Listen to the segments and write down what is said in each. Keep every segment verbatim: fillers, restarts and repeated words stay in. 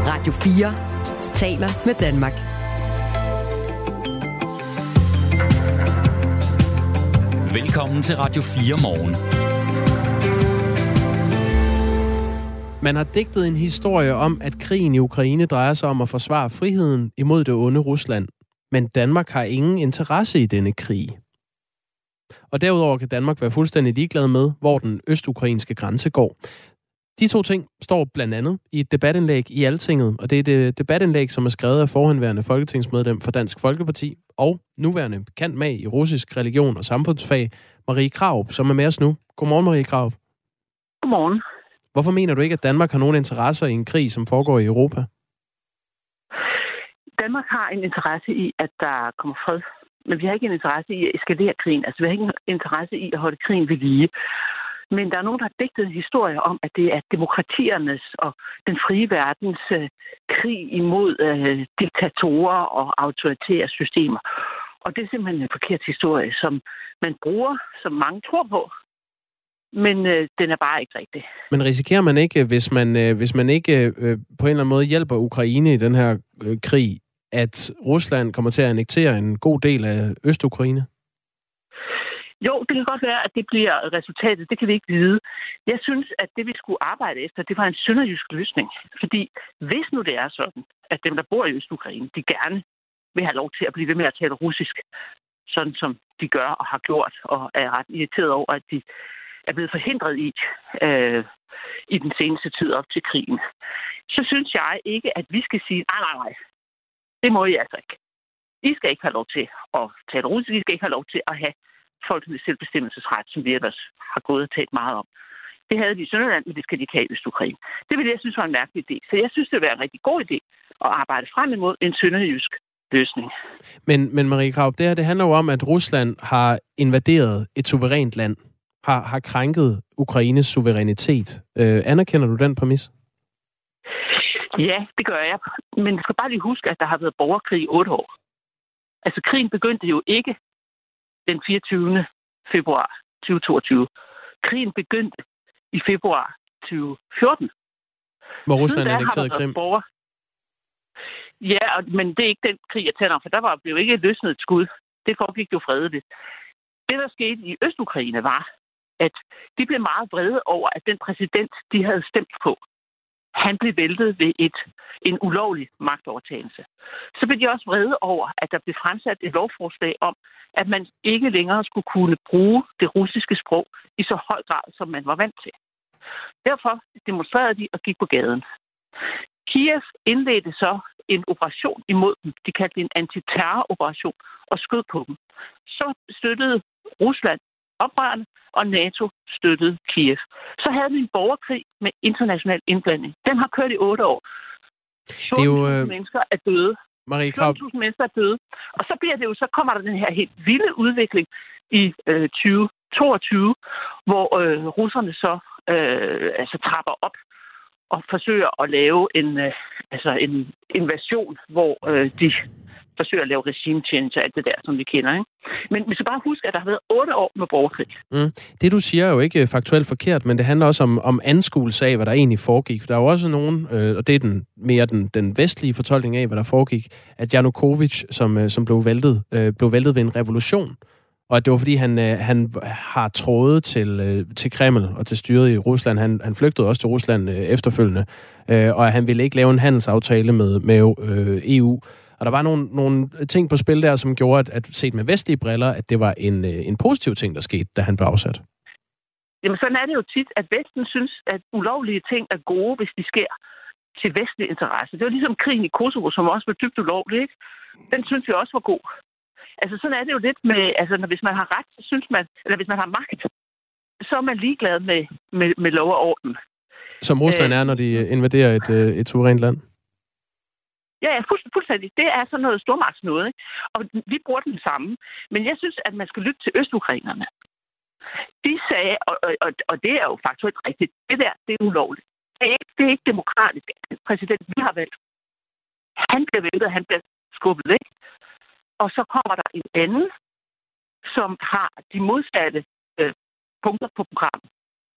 Radio fire taler med Danmark. Velkommen til Radio fire Morgen. Man har digtet en historie om, at krigen i Ukraine drejer sig om at forsvare friheden imod det onde Rusland. Men Danmark har ingen interesse i denne krig. Og derudover kan Danmark være fuldstændig ligeglad med, hvor den østukrainske grænse går. De to ting står blandt andet i et debatindlæg i Altinget, og det er et debatindlæg, som er skrevet af forhenværende folketingsmedlem for Dansk Folkeparti og nuværende kendt mag i russisk religion og samfundsfag, Marie Krarup, som er med os nu. Godmorgen, Marie Krarup. Godmorgen. Hvorfor mener du ikke, at Danmark har nogen interesser i en krig, som foregår i Europa? Danmark har en interesse i, at der kommer fred, men vi har ikke en interesse i at eskalere krigen. Altså, vi har ikke en interesse i at holde krigen ved lige. Men der er nogen, der har digtet en historie om, at det er demokratiernes og den frie verdens øh, krig imod øh, diktatorer og autoritære systemer. Og det er simpelthen en forkert historie, som man bruger, som mange tror på. Men øh, den er bare ikke rigtig. Men risikerer man ikke, hvis man, øh, hvis man ikke øh, på en eller anden måde hjælper Ukraine i den her øh, krig, at Rusland kommer til at annektere en god del af Øst-Ukraine? Jo, det kan godt være, at det bliver resultatet. Det kan vi ikke vide. Jeg synes, at det, vi skulle arbejde efter, det var en sønderjysk løsning. Fordi hvis nu det er sådan, at dem, der bor i Øst-Ukraine, de gerne vil have lov til at blive ved med at tale russisk, sådan som de gør og har gjort, og er ret irriteret over, at de er blevet forhindret i øh, i den seneste tid op til krigen, så synes jeg ikke, at vi skal sige, nej, nej, nej, det må I altså ikke. I skal ikke have lov til at tale russisk, I skal ikke have lov til at have folkenes selvbestemmelsesret, som vi ellers har gået og talt meget om. Det havde de i Sønderland, men det skal de ikke have i Øst-Ukraine. Det ville jeg synes var en mærkelig idé. Så jeg synes, det ville være en rigtig god idé at arbejde frem imod en sønderjysk løsning. Men, men Marie Krarup, det her det handler jo om, at Rusland har invaderet et suverænt land, har, har krænket Ukraines suverænitet. Øh, anerkender du den præmis? Ja, det gør jeg. Men du skal bare lige huske, at der har været borgerkrig i otte år. Altså, krigen begyndte jo ikke den fireogtyvende februar to tusind og toogtyve. Krigen begyndte i februar to tusind og fjorten. Hvor Rusland annekterede Krim. Borger... Ja, men det er ikke den krig, jeg taler om, for der var blev ikke løsnet et skud. Det foregik jo fredeligt. Det, der skete i Øst-Ukraine, var, at de blev meget vrede over, at den præsident, de havde stemt på, han blev væltet ved et, en ulovlig magtovertagelse. Så blev de også vrede over, at der blev fremsat et lovforslag om, at man ikke længere skulle kunne bruge det russiske sprog i så høj grad, som man var vant til. Derfor demonstrerede de og gik på gaden. Kiev indledte så en operation imod dem. De kaldte det en antiterroroperation og skød på dem. Så støttede Rusland oprørerne, og NATO støttede Kiev. Så havde vi en borgerkrig med international indblanding. Den har kørt i otte år. fjorten tusind øh... mennesker er døde. Marie Krarup. fjorten tusind mennesker er døde. Og så bliver det jo, så kommer der den her helt vilde udvikling i øh, tyve toogtyve, hvor øh, russerne så øh, altså trapper op og forsøger at lave en, øh, altså en invasion, hvor øh, de forsøger at lave regime change og alt det der, som vi kender. Ikke? Men vi skal bare huske, at der har været otte år med borgerkrig. Mm. Det, du siger, er jo ikke faktuelt forkert, men det handler også om, om anskuelse af, hvad der egentlig foregik. Der er jo også nogen, øh, og det er den, mere den, den vestlige fortolkning af, hvad der foregik, at Janukovic, som, øh, som blev, væltet, øh, blev væltet ved en revolution, og at det var, fordi han, øh, han har trådet til, øh, til Kreml og til styret i Rusland. Han, han flygtede også til Rusland øh, efterfølgende, øh, og han ville ikke lave en handelsaftale med, med øh, E U. Og der var nogle, nogle ting på spil der, som gjorde, at, at set med vestlige briller, at det var en, en positiv ting, der skete, da han blev afsat. Jamen sådan er det jo tit, at Vesten synes, at ulovlige ting er gode, hvis de sker til vestlig interesse. Det var ligesom krigen i Kosovo, som også var dybt ulovlig, ikke? Den synes vi også var god. Altså sådan er det jo lidt med, altså når, hvis man har ret, så synes man, eller hvis man har magt, så er man ligeglad med, med, med lov og orden. Som Rusland øh, er, når de invaderer et, et suverænt land? Ja, ja, fuldstændig. Det er sådan noget stormagtsnåde, ikke? Og vi bruger den samme. Men jeg synes, at man skal lytte til østukrainerne. De sagde, og, og, og det er jo faktuelt rigtigt, det der, det er ulovligt. Det er ikke, det er ikke demokratisk. Præsidenten, vi har valgt. Han bliver væltet, han bliver skubbet væk. Og så kommer der en anden, som har de modsatte øh, punkter på programmet.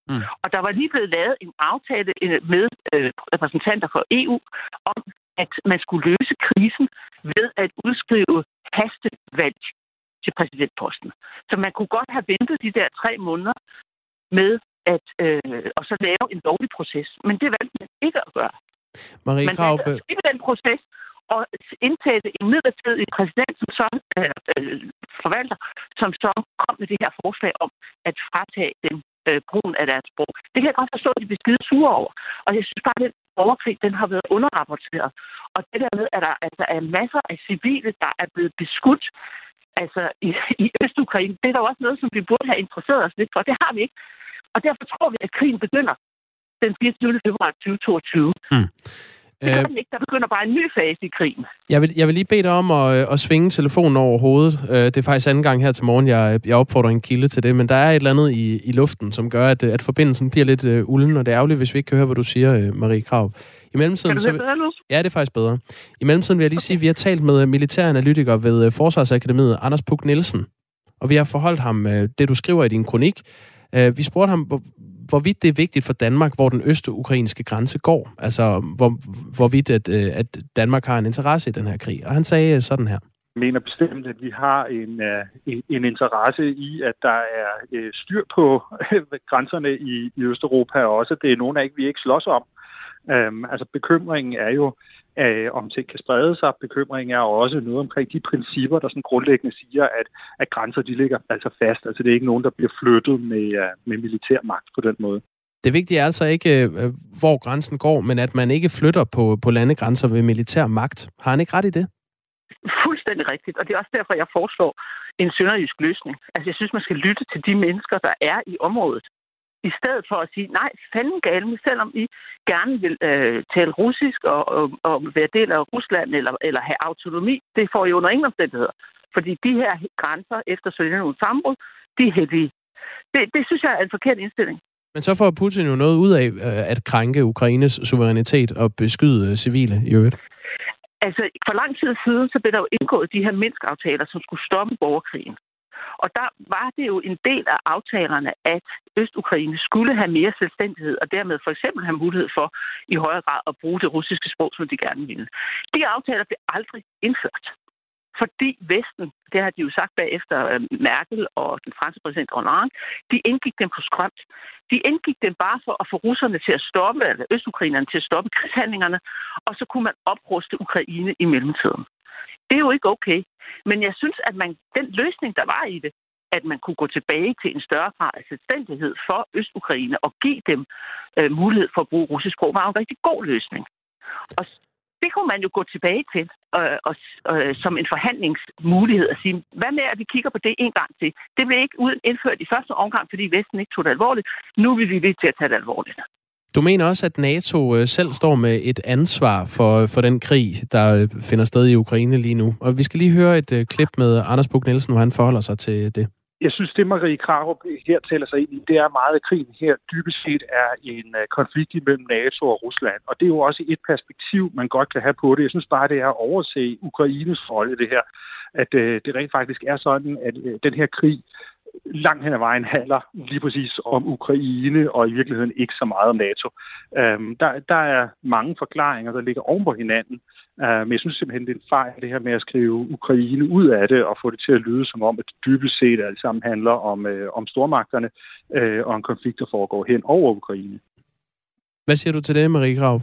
Mm. Og der var lige blevet lavet en aftale med øh, repræsentanter for E U om, at man skulle løse krisen ved at udskrive hastevalg til præsidentposten. Så man kunne godt have ventet de der tre måneder med at øh, og så lave en lovlig proces. Men det valgte man ikke at gøre. Marie man Krarup... valgte at skrive den proces og indsætte en midlertidig præsident, som så øh, øh, forvalter, som så kom med det her forslag om at fratage dem øh, brugen af deres sprog. Det kan jeg godt forstå, at de bliver skide sure over. Og jeg synes bare, at den overkrig, den har været underrapporteret. Og det der med, at der altså er masser af civile, der er blevet beskudt altså i, i Østukraine, det er da også noget, som vi burde have interesseret os lidt for. Det har vi ikke. Og derfor tror vi, at krigen begynder den fireogtyvende februar tyve toogtyve. Mm. Det gør den ikke. Der begynder bare en ny fase i krigen. Jeg vil, jeg vil lige bede dig om at, at svinge telefonen over hovedet. Det er faktisk anden gang her til morgen, jeg, jeg opfordrer en kilde til det, men der er et eller andet i, i luften, som gør, at, at forbindelsen bliver lidt uh, ulden, og det er ærgerligt, hvis vi ikke kan høre, hvad du siger, Marie Krarup. I mellemtiden, kan du høre bedre nu? Ja, det er faktisk bedre. I mellemtiden vil jeg lige okay. sige, at vi har talt med militæranalytiker ved Forsvarsakademiet, Anders Puk Nielsen, og vi har forholdt ham det, du skriver i din kronik. Vi spurgte ham, hvor, hvorvidt det er vigtigt for Danmark, hvor den østukrainske grænse går. Altså, hvor, hvorvidt at, at Danmark har en interesse i den her krig. Og han sagde sådan her. Jeg mener bestemt, at vi har en, en, en interesse i, at der er styr på grænserne i, i Østeuropa, og også det er nogle af ikke, vi ikke slås om. Um, altså, bekymringen er jo, Uh, om ting kan sprede sig. Bekymringen er også noget omkring de principper, der sådan grundlæggende siger, at, at grænser de ligger altså fast. Altså det er ikke nogen, der bliver flyttet med, uh, med militær magt på den måde. Det vigtige er altså ikke, uh, hvor grænsen går, men at man ikke flytter på, på landegrænser ved militær magt. Har han ikke ret i det? Fuldstændig rigtigt, og det er også derfor, jeg foreslår en sønderjysk løsning. Altså jeg synes, man skal lytte til de mennesker, der er i området. I stedet for at sige, nej, fanden galt, selvom I gerne vil øh, tale russisk og, og, og være del af Rusland eller, eller have autonomi, det får I under ingen omstændigheder. Fordi de her grænser efter Sovjetunionens sammenbrud, de er heldige. Det, det synes jeg er en forkert indstilling. Men så får Putin jo noget ud af at krænke Ukraines suverænitet og beskyde civile i øvrigt. Altså, for lang tid siden, så blev der jo indgået de her Minsk-aftaler, som skulle stoppe borgerkrigen. Og der var det jo en del af aftalerne, at Østukraine skulle have mere selvstændighed, og dermed for eksempel have mulighed for i højere grad at bruge det russiske sprog, som de gerne ville. De aftaler blev aldrig indført. Fordi Vesten, det har de jo sagt bagefter Merkel og den franske præsident Hollande, de indgik dem på skrømt. De indgik dem bare for at få russerne til at stoppe, eller østukrainerne til at stoppe krigshandlingerne, og så kunne man opruste Ukraine i mellemtiden. Det er jo ikke okay. Men jeg synes, at man, den løsning, der var i det, at man kunne gå tilbage til en større grad af selvstændighed for Østukraine og give dem øh, mulighed for at bruge russisk sprog, var en rigtig god løsning. Og det kunne man jo gå tilbage til øh, og, øh, som en forhandlingsmulighed at sige, hvad med, at vi kigger på det en gang til? Det blev ikke uden indført i første omgang, fordi Vesten ikke tog det alvorligt. Nu vil vi ved til at tage det alvorligt. Du mener også, at NATO selv står med et ansvar for, for den krig, der finder sted i Ukraine lige nu. Og vi skal lige høre et uh, klip med Anders Puk Nielsen, hvor han forholder sig til det. Jeg synes, det Marie Krarup her taler sig ind i, det er meget, at krigen her dybest set er en uh, konflikt imellem NATO og Rusland. Og det er jo også et perspektiv, man godt kan have på det. Jeg synes bare, det er at overse Ukraines rolle i det her. At uh, det rent faktisk er sådan, at uh, den her krig langt hen ad vejen handler lige præcis om Ukraine, og i virkeligheden ikke så meget om NATO. Um, der, der er mange forklaringer, der ligger oven på hinanden, uh, men jeg synes simpelthen, det er en fejl, det her med at skrive Ukraine ud af det, og få det til at lyde som om, at det dybest set alt sammen handler om, uh, om stormagterne, uh, og en konflikt, der foregår hen over Ukraine. Hvad siger du til det, Marie Krarup?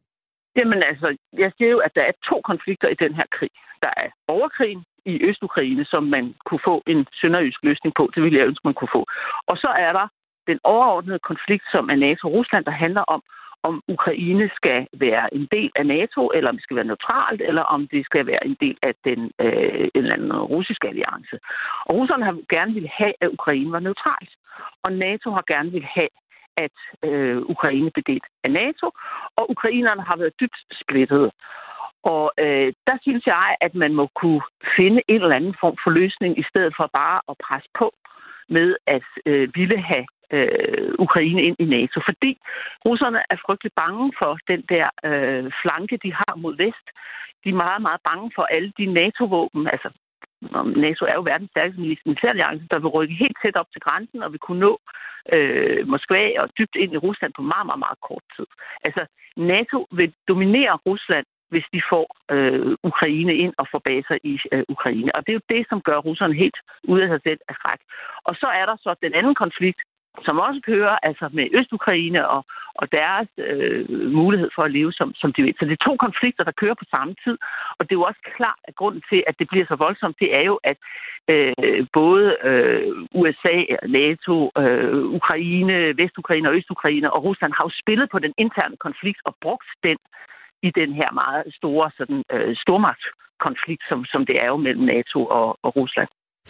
Jamen altså, jeg siger jo, at der er to konflikter i den her krig. Der er borgerkrigen i Østukraine, som man kunne få en sønderjysk løsning på. Det ville jeg ønske, man kunne få. Og så er der den overordnede konflikt, som er NATO og Rusland, der handler om, om Ukraine skal være en del af NATO, eller om det skal være neutralt, eller om det skal være en del af den øh, en eller anden russiske alliance. Og russerne har gerne ville have, at Ukraine var neutralt. Og NATO har gerne ville have, at øh, Ukraine blev delt af NATO, og ukrainerne har været dybt splittet. Og øh, der synes jeg, at man må kunne finde en eller anden form for løsning, i stedet for bare at presse på med at øh, ville have øh, Ukraine ind i NATO. Fordi russerne er frygtelig bange for den der øh, flanke, de har mod vest. De er meget, meget bange for alle de NATO-våben, altså NATO er jo verdens stærkeste militæralliance, der vil rykke helt tæt op til grænsen og vil kunne nå øh, Moskva og dybt ind i Rusland på meget, meget, meget kort tid. Altså, NATO vil dominere Rusland, hvis de får øh, Ukraine ind og får baser i øh, Ukraine. Og det er jo det, som gør russerne helt ude af sig selv af skræk. Og så er der så den anden konflikt, som også kører altså med Øst-Ukraine og, og deres øh, mulighed for at leve, som, som de vil. Så det er to konflikter, der kører på samme tid. Og det er jo også klart, at grunden til, at det bliver så voldsomt, det er jo, at øh, både øh, U S A, NATO, øh, Ukraine, Vest-Ukraine og Øst-Ukraine og Rusland har jo spillet på den interne konflikt og brugt den i den her meget store sådan, øh, stormagtskonflikt, som, som det er jo mellem NATO og, og Rusland.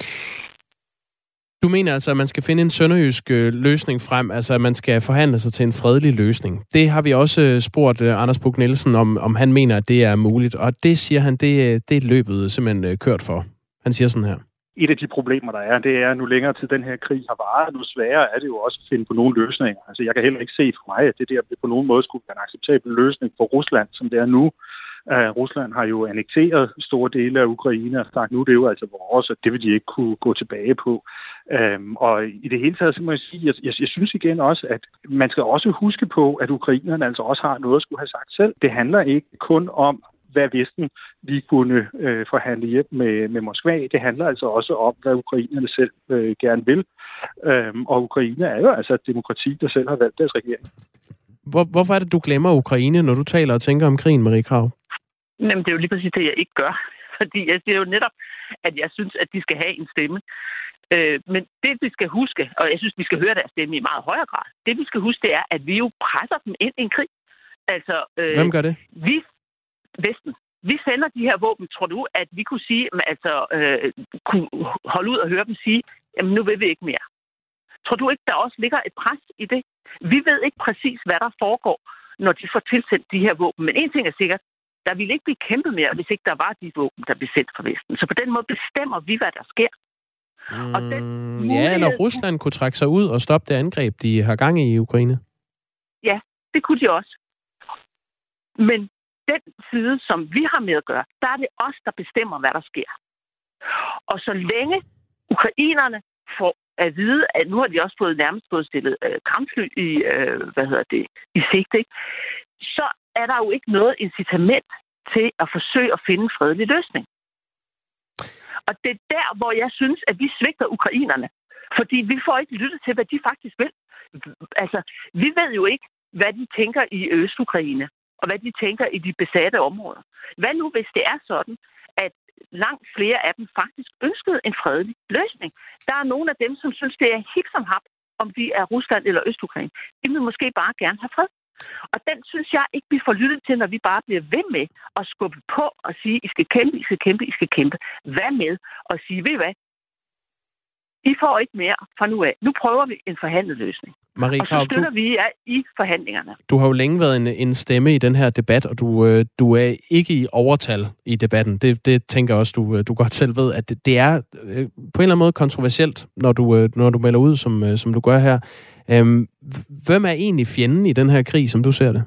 Du mener altså, at man skal finde en sønderjysk øh, løsning frem, altså at man skal forhandle sig til en fredelig løsning. Det har vi også øh, spurgt øh, Anders Buch Nielsen, om, om han mener, at det er muligt, og det siger han, det, det er løbet simpelthen øh, kørt for. Han siger sådan her. Et af de problemer, der er, det er, at nu længere tid den her krig har varet, nu sværere er det jo også at finde på nogle løsninger. Altså, jeg kan heller ikke se for mig, at det der på nogen måde skulle være en acceptabel løsning for Rusland, som det er nu. Uh, Rusland har jo annekteret store dele af Ukraine og sagt, nu det er jo altså vores, og det vil de ikke kunne gå tilbage på. Um, og i det hele taget, så må jeg sige, jeg, jeg, jeg synes igen også, at man skal også huske på, at ukrainerne altså også har noget at skulle have sagt selv. Det handler ikke kun om, hvad Vesten lige kunne øh, forhandle hjem med, med Moskva. Det handler altså også om, hvad ukrainerne selv øh, gerne vil. Øhm, og Ukraine er jo altså et demokrati, der selv har valgt deres regering. Hvor, hvorfor er det, du glemmer Ukraine, når du taler og tænker om krigen, Marie Krarup? Jamen, det er jo lige præcis det, jeg ikke gør. Fordi jeg siger jo netop, at jeg synes, at de skal have en stemme. Øh, men det, vi skal huske, og jeg synes, vi skal høre deres stemme i meget højere grad, det, vi skal huske, det er, at vi jo presser dem ind i en krig. Altså, øh, Hvem gør det? Vi Vesten. Vi sender de her våben. Tror du, at vi kunne sige, altså øh, kunne holde ud og høre dem sige, jamen nu vil vi ikke mere? Tror du ikke, der også ligger et pres i det? Vi ved ikke præcis, hvad der foregår, når de får tilsendt de her våben. Men en ting er sikkert, der ville ikke blive kæmpet mere, hvis ikke der var de våben, der blev sendt fra Vesten. Så på den måde bestemmer vi, hvad der sker. Mm, og den mulighed... Ja, når Rusland kunne trække sig ud og stoppe det angreb, de har gang i i Ukraine. Ja, det kunne de også. Men den side, som vi har med at gøre, der er det os, der bestemmer, hvad der sker. Og så længe ukrainerne får at vide, at nu har de også fået nærmest fået stillet øh, kampfly i, øh, hvad hedder det, i sigt, ikke? Så er der jo ikke noget incitament til at forsøge at finde en fredelig løsning. Og det er der, hvor jeg synes, at vi svigter ukrainerne. Fordi vi får ikke lyttet til, hvad de faktisk vil. Altså, vi ved jo ikke, hvad de tænker i Øst-Ukraine, og hvad de tænker i de besatte områder. Hvad nu, hvis det er sådan, at langt flere af dem faktisk ønskede en fredelig løsning? Der er nogle af dem, som synes, det er hip som hap, om de er Rusland eller Øst-Ukraine. De vil måske bare gerne have fred. Og den synes jeg ikke, vi får lyttet til, når vi bare bliver ved med at skubbe på og sige, I skal kæmpe, I skal kæmpe, I skal kæmpe. Hvad med at sige, ved I hvad? I får ikke mere fra nu af. Nu prøver vi en forhandlet løsning. Marie og så Krarup, støtter du, vi jer i forhandlingerne. Du har jo længe været en, en stemme i den her debat, og du, øh, du er ikke i overtal i debatten. Det, det tænker også, du, du godt selv ved, at det, det er øh, på en eller anden måde kontroversielt, når du, øh, når du melder ud, som, øh, som du gør her. Øhm, hvem er egentlig fjenden i den her krig, som du ser det?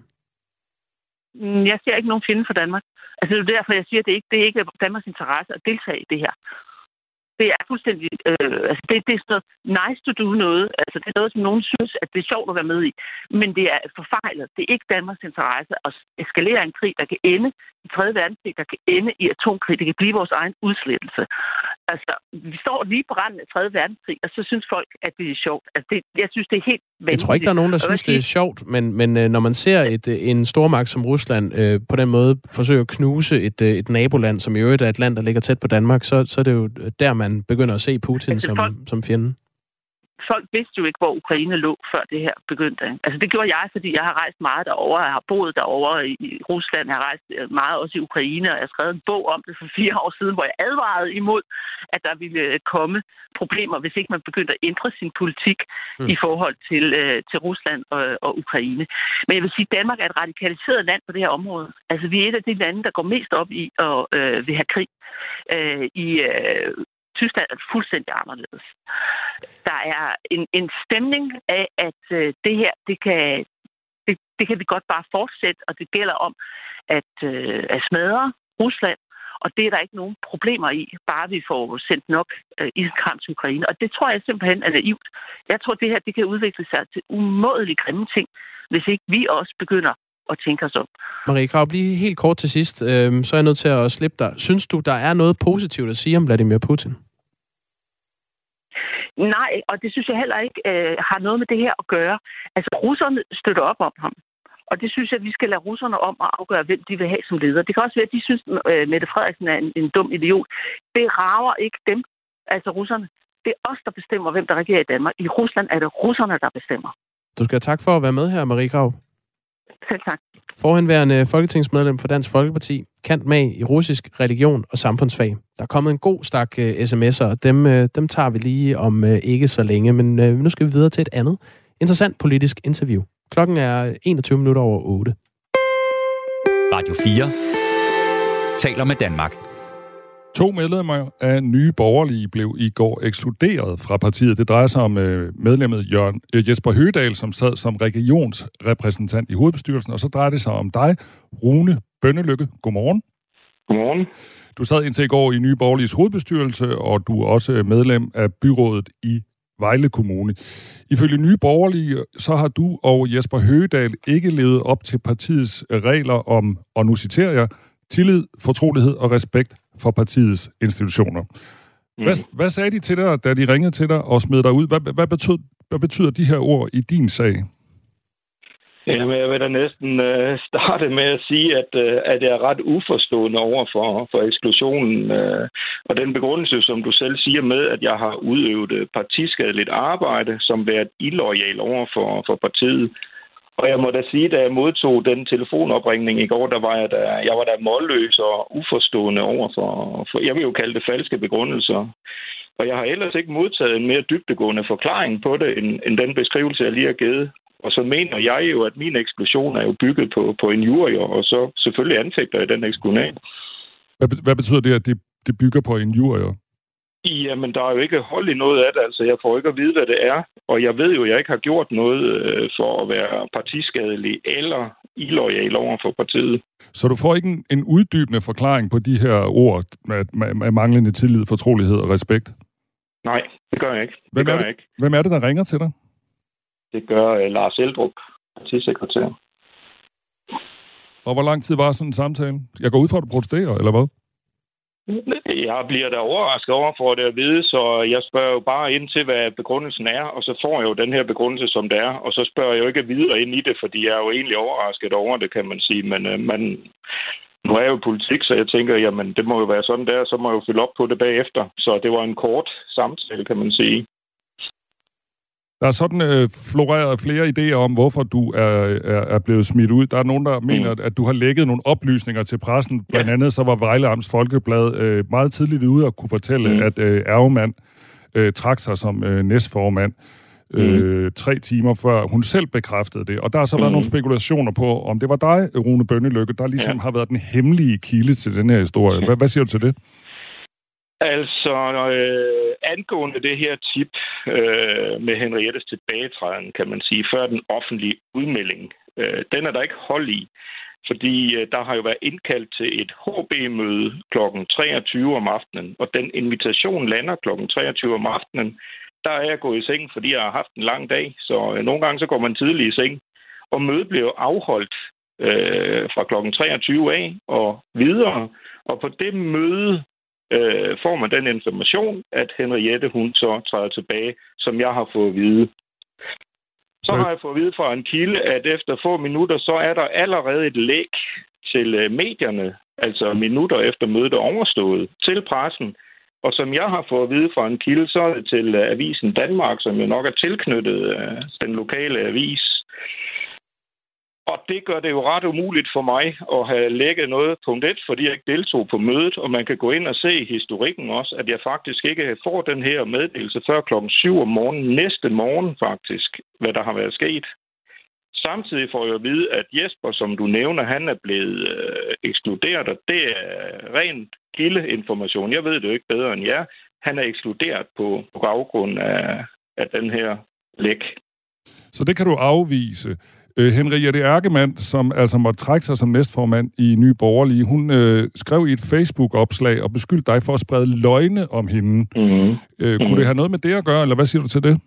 Jeg ser ikke nogen fjende for Danmark. Altså, det er derfor, jeg siger, at det ikke det er ikke Danmarks interesse at deltage i det her. Det er fuldstændig... Øh, altså det, det er sådan noget nice to do noget. Altså, det er noget, som nogen synes, at det er sjovt at være med i. Men det er forfejlet. Det er ikke Danmarks interesse at eskalere en krig, der kan ende i tredje verdenskrig, der kan ende i atomkrig. Det kan blive vores egen udslettelse. Altså, vi står lige på randen af tredje verdenskrig, og så synes folk, at det er sjovt. Altså, det, jeg synes, det er helt vanvittigt. Jeg tror ikke, der er nogen, der synes, det er sjovt, men, men når man ser et, en stormagt som Rusland øh, på den måde forsøge at knuse et, et naboland, som i øvrigt er et land, der ligger tæt på Danmark, så, så er det jo der, man begynder at se Putin altså, som, folk, som fjende. Folk vidste jo ikke, hvor Ukraine lå, før det her begyndte. Altså det gjorde jeg, fordi jeg har rejst meget derovre. Jeg har boet derovre i Rusland. Jeg har rejst meget også i Ukraine, og jeg har skrevet en bog om det for fire år siden, hvor jeg advarede imod, at der ville komme problemer, hvis ikke man begyndte at ændre sin politik mm. i forhold til, øh, til Rusland og, og Ukraine. Men jeg vil sige, at Danmark er et radikaliseret land på det her område. Altså vi er et af de lande, der går mest op i at øh, vil have krig. Øh, I øh, Tyskland er fuldstændig anderledes. Der er en, en stemning af, at øh, det her, det kan, det, det kan vi godt bare fortsætte, og det gælder om at, øh, at smadre Rusland Og det er der ikke nogen problemer i, bare vi får sendt nok øh, iskram til Ukraine. Og det tror jeg simpelthen er naivt. Jeg tror, det her det kan udvikle sig til umådeligt grimme ting, hvis ikke vi også begynder at tænke os om. Marie Krarup, lige helt kort til sidst, øh, så er jeg nødt til at slippe dig. Synes du, der er noget positivt at sige om Vladimir Putin? Nej, og det synes jeg heller ikke øh, har noget med det her at gøre. Altså, russerne støtter op om ham. Og det synes jeg, at vi skal lade russerne om at afgøre, hvem de vil have som leder. Det kan også være, at de synes, at øh, Mette Frederiksen er en, en dum idiot. Det rager ikke dem, altså russerne. Det er os, der bestemmer, hvem der regerer i Danmark. I Rusland er det russerne, der bestemmer. Du skal have tak for at være med her, Marie Krarup. Selv tak. Forhenværende folketingsmedlem for Dansk Folkeparti, cand. mag i russisk religion og samfundsfag. Der er kommet en god stak uh, sms'er, og dem, uh, dem tager vi lige om uh, ikke så længe, men uh, nu skal vi videre til et andet interessant politisk interview. Klokken er enogtyve minutter over otte. Radio fire taler med Danmark. To medlemmer af Nye Borgerlige blev i går ekskluderet fra partiet. Det drejer sig om øh, medlemmet Jørgen, øh, Jesper Høgedal, som sad som regionsrepræsentant i hovedbestyrelsen, og så drejer det sig om dig, Rune Bønnelykke. Godmorgen. Godmorgen. Du sad indtil i går i Nye Borgerliges hovedbestyrelse, og du er også medlem af byrådet i Vejle Kommune. Ifølge Nye Borgerlige, så har du og Jesper Høgedal ikke levet op til partiets regler om, og nu citerer jeg, tillid, fortrolighed og respekt for partiets institutioner. Mm. Hvad, hvad sagde de til dig, da de ringede til dig og smed dig ud? Hvad, hvad, betød, hvad betyder de her ord i din sag? Jamen, jeg vil da næsten uh, starte med at sige, at, uh, at jeg er ret uforstående over for, for eksklusionen. Uh, og den begrundelse, som du selv siger med, at jeg har udøvet partiskadeligt arbejde, som været illoyal over for, for partiet. Og jeg må da sige, da jeg modtog den telefonopringning i går, der var jeg da, jeg var da målløs og uforstående over for, for, jeg vil jo kalde det falske begrundelser. Og jeg har ellers ikke modtaget en mere dybdegående forklaring på det, end, end den beskrivelse, jeg lige har givet. Og så mener jeg jo, at min eksklusion er jo bygget på, på en jury, og så selvfølgelig anfægter jeg den eksklusion. Hvad, hvad betyder det, at det, det bygger på en jury? Jamen, der er jo ikke hold i noget af det. Altså, jeg får ikke at vide, hvad det er. Og jeg ved jo, at jeg ikke har gjort noget øh, for at være partiskadelig eller illoyal over for partiet. Så du får ikke en, en uddybende forklaring på de her ord med, med, med manglende tillid, fortrolighed og respekt? Nej, det gør jeg ikke. Det hvem, gør er det, jeg ikke. hvem er det, der ringer til dig? Det gør uh, Lars Eldrup, partisekretær. Og hvor lang tid var sådan en samtale? Jeg går ud fra, at du protesterer, eller hvad? Jeg bliver da overrasket over for det at vide, så jeg spørger jo bare ind til, hvad begrundelsen er, og så får jeg jo den her begrundelse, som det er, og så spørger jeg jo ikke videre ind i det, fordi jeg er jo egentlig overrasket over det, kan man sige, men øh, man, nu er jeg jo politik, så jeg tænker, jamen det må jo være sådan der, så må jeg jo følge op på det bagefter, så det var en kort samtale, kan man sige. Der er sådan øh, floreret flere idéer om, hvorfor du er, er, er blevet smidt ud. Der er nogen, der mm. mener, at du har lækket nogle oplysninger til pressen. Blandt andet så var Vejle Amts Folkeblad øh, meget tidligt ude og kunne fortælle, mm. at øh, Ærgemand øh, trak sig som øh, næstformand øh, mm. tre timer før hun selv bekræftede det. Og der har så mm. været nogle spekulationer på, om det var dig, Rune Bønnelykke, der ligesom ja. har været den hemmelige kilde til den her historie. Hvad, hvad siger du til det? Altså, øh, angående det her tip øh, med Henriettes tilbagetræden, kan man sige, før den offentlige udmelding, øh, den er der ikke hold i. Fordi øh, der har jo været indkaldt til et H B-møde klokken treogtyve om aftenen, og den invitation lander klokken treogtyve om aftenen. Der er jeg gået i seng, fordi jeg har haft en lang dag, så øh, nogle gange så går man tidligt i seng. Og mødet blev afholdt øh, fra klokken treogtyve af og videre, og på det møde Øh, får man den information, at Henriette, hun så træder tilbage, som jeg har fået at vide. Så har jeg fået at vide fra en kilde, at efter få minutter, så er der allerede et læk til øh, medierne, altså minutter efter mødet er overstået, til pressen. Og som jeg har fået at vide fra en kilde, så er det til øh, Avisen Danmark, som jo nok er tilknyttet øh, den lokale avis. Og det gør det jo ret umuligt for mig at have lækket noget punkt et, fordi jeg ikke deltog på mødet, og man kan gå ind og se i historikken også, at jeg faktisk ikke får den her meddelelse før klokken syv om morgenen, næste morgen faktisk, hvad der har været sket. Samtidig får jeg at vide, at Jesper, som du nævner, han er blevet øh, ekskluderet, og det er rent kildeinformation. Jeg ved det jo ikke bedre end jer. Han er ekskluderet på, på baggrund af, af den her læk. Så det kan du afvise. Øh, Henriette Erkemann, som altså måtte trække sig som næstformand i Nye Borgerlige, hun øh, skrev i et Facebook-opslag og beskyldte dig for at sprede løgne om hende. Mm-hmm. Øh, kunne mm-hmm. det have noget med det at gøre, eller hvad siger du til det?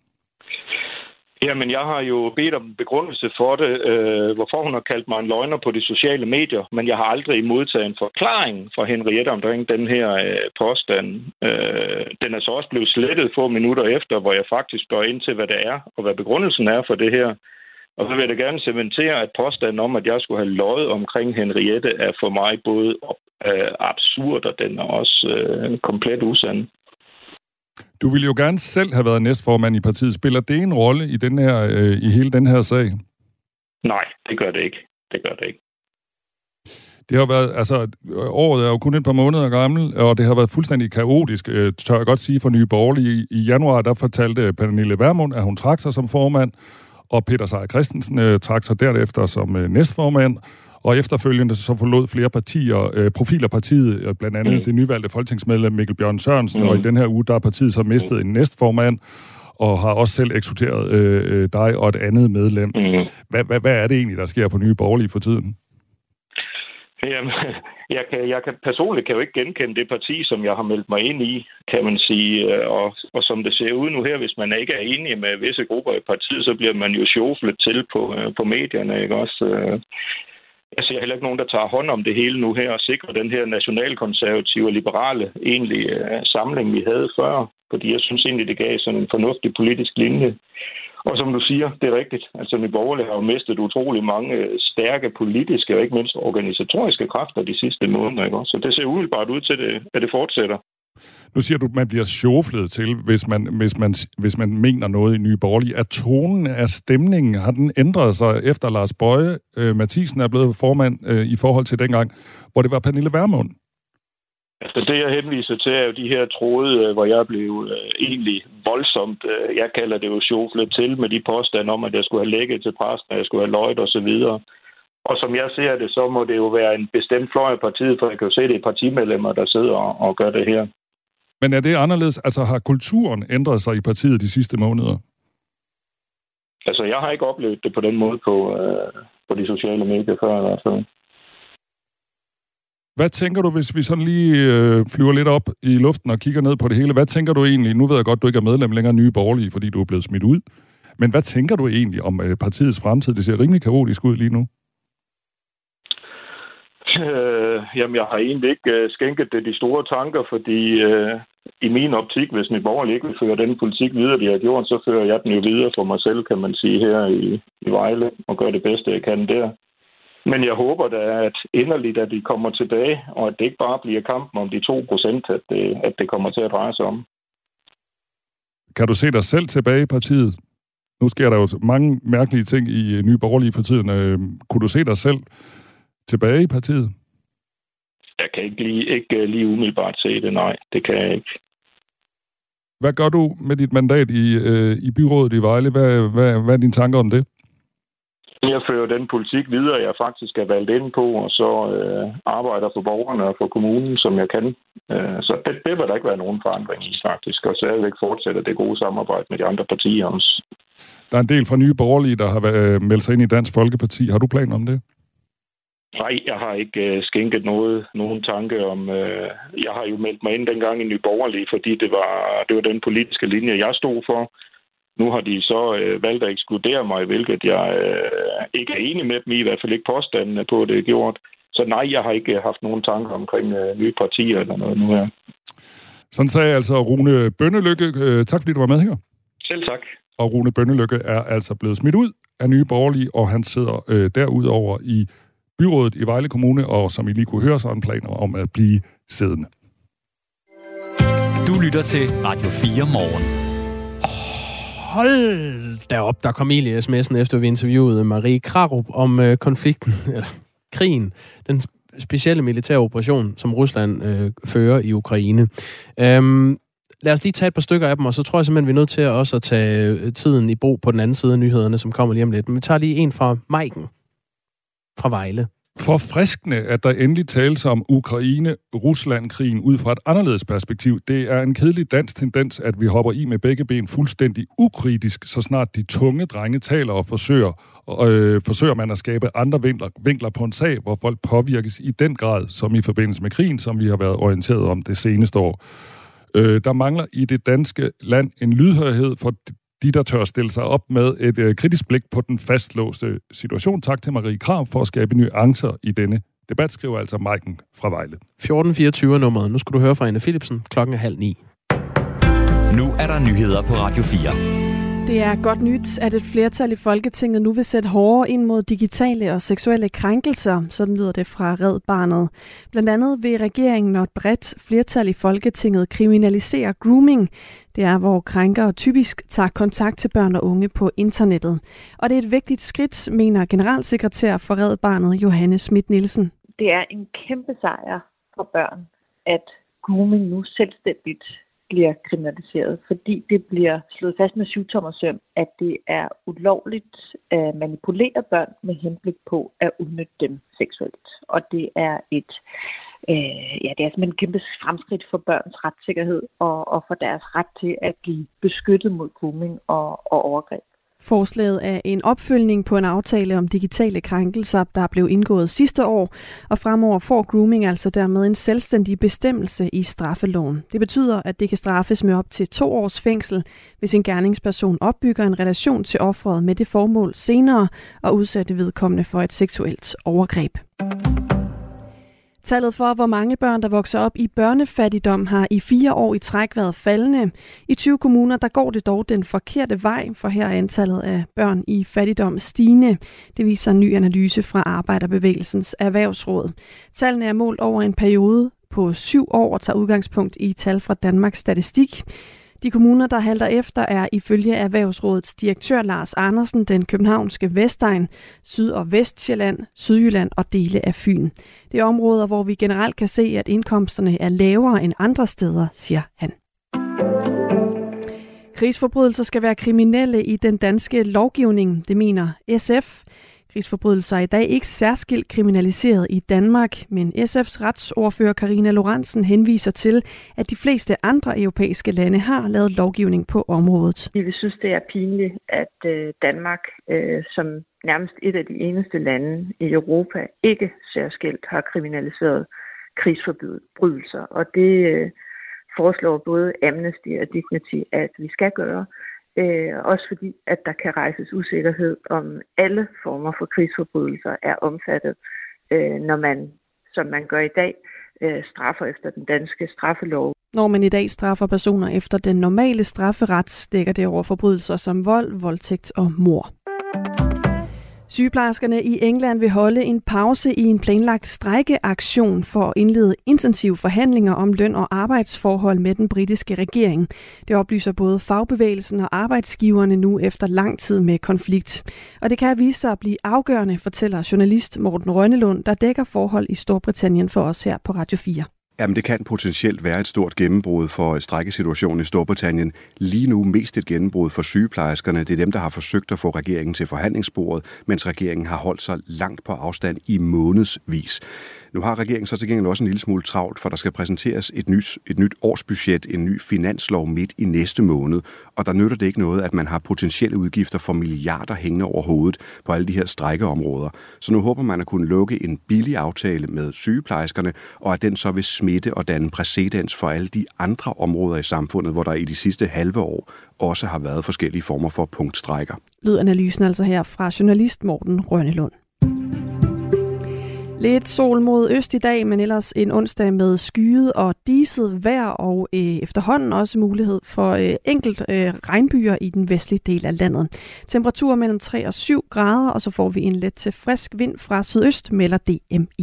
Jamen, jeg har jo bedt om begrundelse for det, øh, hvorfor hun har kaldt mig en løgner på de sociale medier, men jeg har aldrig modtaget en forklaring fra Henriette omkring den her øh, påstand. Øh, den er så også blevet slettet få minutter efter, hvor jeg faktisk går ind til, hvad det er, og hvad begrundelsen er for det her. Og så vil jeg da gerne cementere, at påstanden om, at jeg skulle have løjet omkring Henriette, er for mig både øh, absurd, og den er også øh, komplet usand. Du ville jo gerne selv have været næstformand i partiet. Spiller det en rolle i, den her, øh, i hele den her sag? Nej, det gør det ikke. Det gør det ikke. Det har været, altså, året er jo kun et par måneder gammel, og det har været fuldstændig kaotisk, øh, tør jeg godt sige, for Nye Borgerlige. I januar, der fortalte Pernille Vermund, at hun trak sig som formand, og Peter Seier Christensen øh, trak sig derefter som øh, næstformand. Og efterfølgende så forlod flere partier, øh, profiler partiet, øh, blandt andet mm. det nyvalgte folketingsmedlem Mikkel Bjørn Sørensen, mm. og i den her uge, der har partiet så mistet en næstformand, og har også selv eksekuteret øh, dig og et andet medlem. Mm. Hvad, hvad, hvad er det egentlig, der sker på Nye Borgerlige for tiden? Jamen, jeg kan, jeg kan personligt kan jo ikke genkende det parti, som jeg har meldt mig ind i, kan man sige. Og, og som det ser ud nu her, hvis man ikke er enig med visse grupper i partiet, så bliver man jo sjoflet til på, på medierne, ikke også? Jeg ser heller ikke nogen, der tager hånd om det hele nu her og sikrer den her nationalkonservative og liberale egentlig uh, samling, vi havde før. Fordi jeg synes egentlig, det gav sådan en fornuftig politisk linje. Og som du siger, det er rigtigt. Altså, Nye Borgerlige har jo mistet utrolig mange stærke politiske og ikke mindst organisatoriske kræfter de sidste måneder. Ikke? Så det ser umiddelbart ud til, det, at det fortsætter. Nu siger du, at man bliver sjoflet til, hvis man, hvis man, hvis man mener noget i Nye Borgerlige. Er tonen af stemningen, har den ændret sig efter Lars Boje øh, Mathiesen er blevet formand øh, i forhold til dengang, hvor det var Pernille Vermund? Altså det, jeg henviser til, er jo de her tråde, hvor jeg blev øh, egentlig voldsomt, øh, jeg kalder det jo sjoflet til, med de påstande om, at jeg skulle have lægget til præsten, at jeg skulle have løjet osv. Og som jeg ser det, så må det jo være en bestemt fløj af partiet, for jeg kan jo se, det er partimedlemmer, der sidder og, og gør det her. Men er det anderledes? Altså har kulturen ændret sig i partiet de sidste måneder? Altså jeg har ikke oplevet det på den måde på, øh, på de sociale medier før i hvert fald. Hvad tænker du, hvis vi sådan lige øh, flyver lidt op i luften og kigger ned på det hele? Hvad tænker du egentlig? Nu ved jeg godt, du ikke er medlem længere Nye Borgerlige, fordi du er blevet smidt ud. Men hvad tænker du egentlig om øh, partiets fremtid? Det ser rimelig kaotisk ud lige nu. Øh, jamen, jeg har egentlig ikke øh, skænket det de store tanker, fordi øh, i min optik, hvis Nye Borgerlige ikke vil føre den politik videre, de har gjort, så fører jeg den jo videre for mig selv, kan man sige, her i, i Vejle, og gør det bedste, jeg kan der. Men jeg håber da, at inderligt, at de kommer tilbage, og at det ikke bare bliver kampen om de to procent, at det, at det kommer til at dreje sig om. Kan du se dig selv tilbage i partiet? Nu sker der jo mange mærkelige ting i Nye Borgerlige for tiden. Kunne du se dig selv tilbage i partiet? Jeg kan ikke lige, ikke lige umiddelbart se det, nej. Det kan jeg ikke. Hvad gør du med dit mandat i, øh, i byrådet i Vejle? Hvad, hvad, hvad er dine tanker om det? Jeg fører den politik videre, jeg faktisk er valgt ind på, og så øh, arbejder for borgerne og for kommunen, som jeg kan. Øh, så det, det vil der ikke være nogen forandring i, faktisk. Og så er jeg ikke fortsætter det gode samarbejde med de andre partier også. Der er en del fra Nye Borgerlige, der har øh, meldt sig ind i Dansk Folkeparti. Har du planer om det? Nej, jeg har ikke øh, skænket noget, nogen tanke om... Øh, jeg har jo meldt mig ind dengang i Nye Borgerlige, fordi det var, det var den politiske linje, jeg stod for. Nu har de så øh, valgt at ekskludere mig, hvilket jeg øh, ikke er enig med dem i, i hvert fald ikke påstandene på, det er gjort. Så nej, jeg har ikke haft nogen tanker omkring øh, nye partier eller noget nu her. Sådan sagde altså Rune Bønnelykke. Øh, tak fordi du var med her. Selv tak. Og Rune Bønnelykke er altså blevet smidt ud af Nye Borgerlige, og han sidder øh, derudover i byrådet i Vejle Kommune, og som I lige kunne høre, så har han planer om at blive siddende. Du lytter til Radio fire Morgen. Hold da op, der kom egentlig sms'en efter vi interviewede Marie Krarup om øh, konflikten, eller krigen, den specielle militære operation, som Rusland øh, fører i Ukraine. Øhm, lad os lige tage et par stykker af dem, og så tror jeg simpelthen, vi er nødt til også at tage tiden i brug på den anden side af nyhederne, som kommer lige om lidt. Men vi tager lige en fra Maiken fra Vejle. forfriskende, at der endelig tales om Ukraine-Rusland-krigen ud fra et anderledes perspektiv. Det er en kedelig dansk tendens, at vi hopper i med begge ben fuldstændig ukritisk, så snart de tunge drenge taler og forsøger, øh, forsøger man at skabe andre vinkler, vinkler på en sag, hvor folk påvirkes i den grad, som i forbindelse med krigen, som vi har været orienteret om det seneste år. Øh, der mangler i det danske land en lydhørhed for de, der tør stille sig op med et øh, kritisk blik på den fastlåste situation. Tak til Marie Krav for at skabe nuancer i denne debat, skriver altså Maiken fra Vejle. fjorten fireogtyve er nummeret. Nu skal du høre fra Anne Philipsen. Klokken er halv ni. Nu er der nyheder på Radio fire. Det er godt nyt, at et flertal i Folketinget nu vil sætte hårdere ind mod digitale og seksuelle krænkelser. Sådan lyder det fra Red Barnet. Blandt andet vil regeringen og et bredt flertal i Folketinget kriminalisere grooming. Det er, hvor krænkere typisk tager kontakt til børn og unge på internettet. Og det er et vigtigt skridt, mener generalsekretær for Red Barnet, Johanne Schmidt Nielsen. Det er en kæmpe sejr for børn, at grooming nu selvstændigt bliver kriminaliseret, fordi det bliver slået fast med syvtommersøm, at det er ulovligt at manipulere børn med henblik på at udnytte dem seksuelt. Og det er et øh, ja, det er simpelthen et kæmpe fremskridt for børns retssikkerhed og, og for deres ret til at blive beskyttet mod grooming og, og overgreb. Forslaget er en opfølgning på en aftale om digitale krænkelser, der blev indgået sidste år, og fremover får grooming altså dermed en selvstændig bestemmelse i straffeloven. Det betyder, at det kan straffes med op til to års fængsel, hvis en gerningsperson opbygger en relation til offeret med det formål senere og udsætte vedkommende for et seksuelt overgreb. Tallet for, hvor mange børn, der vokser op i børnefattigdom, har i fire år i træk været faldende. I tyve kommuner, der går det dog den forkerte vej, for her er antallet af børn i fattigdom stigende. Det viser en ny analyse fra Arbejderbevægelsens Erhvervsråd. Tallene er målt over en periode på syv år og tager udgangspunkt i tal fra Danmarks Statistik. De kommuner, der halter efter, er ifølge Erhvervsrådets direktør Lars Andersen den københavnske Vestegn, Syd- og Vestsjælland, Sydjylland og dele af Fyn. Det er områder, hvor vi generelt kan se, at indkomsterne er lavere end andre steder, siger han. Krigsforbrydelser skal være kriminelle i den danske lovgivning, det mener S F. Krigsforbrydelser er i dag ikke særskilt kriminaliseret i Danmark, men S F's retsordfører Karina Lorentzen henviser til, at de fleste andre europæiske lande har lavet lovgivning på området. Vi synes, det er pinligt, at Danmark som nærmest et af de eneste lande i Europa ikke særskilt har kriminaliseret krigsforbrydelser. Og det foreslår både Amnesty og Dignity, at vi skal gøre. Øh, også fordi, at der kan rejses usikkerhed om alle former for krigsforbrydelser er omfattet, øh, når man, som man gør i dag, øh, straffer efter den danske straffelov. Når man i dag straffer personer efter den normale strafferet, dækker det over forbrydelser som vold, voldtægt og mord. Sygeplejerskerne i England vil holde en pause i en planlagt strejkeaktion for at indlede intensive forhandlinger om løn- og arbejdsforhold med den britiske regering. Det oplyser både fagbevægelsen og arbejdsgiverne nu efter lang tid med konflikt. Og det kan vise sig at blive afgørende, fortæller journalist Morten Rønnelund, der dækker forhold i Storbritannien for os her på Radio fire. Jamen, det kan potentielt være et stort gennembrud for strejkesituationen i Storbritannien. Lige nu mest et gennembrud for sygeplejerskerne. Det er dem, der har forsøgt at få regeringen til forhandlingsbordet, mens regeringen har holdt sig langt på afstand i månedsvis. Nu har regeringen så til gengæld også en lille smule travlt, for der skal præsenteres et nyt, et nyt årsbudget, en ny finanslov midt i næste måned. Og der nytter det ikke noget, at man har potentielle udgifter for milliarder hængende over hovedet på alle de her strejkeområder. Så nu håber man at kunne lukke en billig aftale med sygeplejerskerne, og at den så vil smitte og danne præcedens for alle de andre områder i samfundet, hvor der i de sidste halve år også har været forskellige former for punktstrejker. Lød analysen altså her fra journalist Morten Rønnelund. Lidt sol mod øst i dag, men ellers en onsdag med skyet og diset vejr og øh, efterhånden også mulighed for øh, enkelt øh, regnbyer i den vestlige del af landet. Temperatur mellem tre og syv grader, og så får vi en let til frisk vind fra sydøst, melder D M I.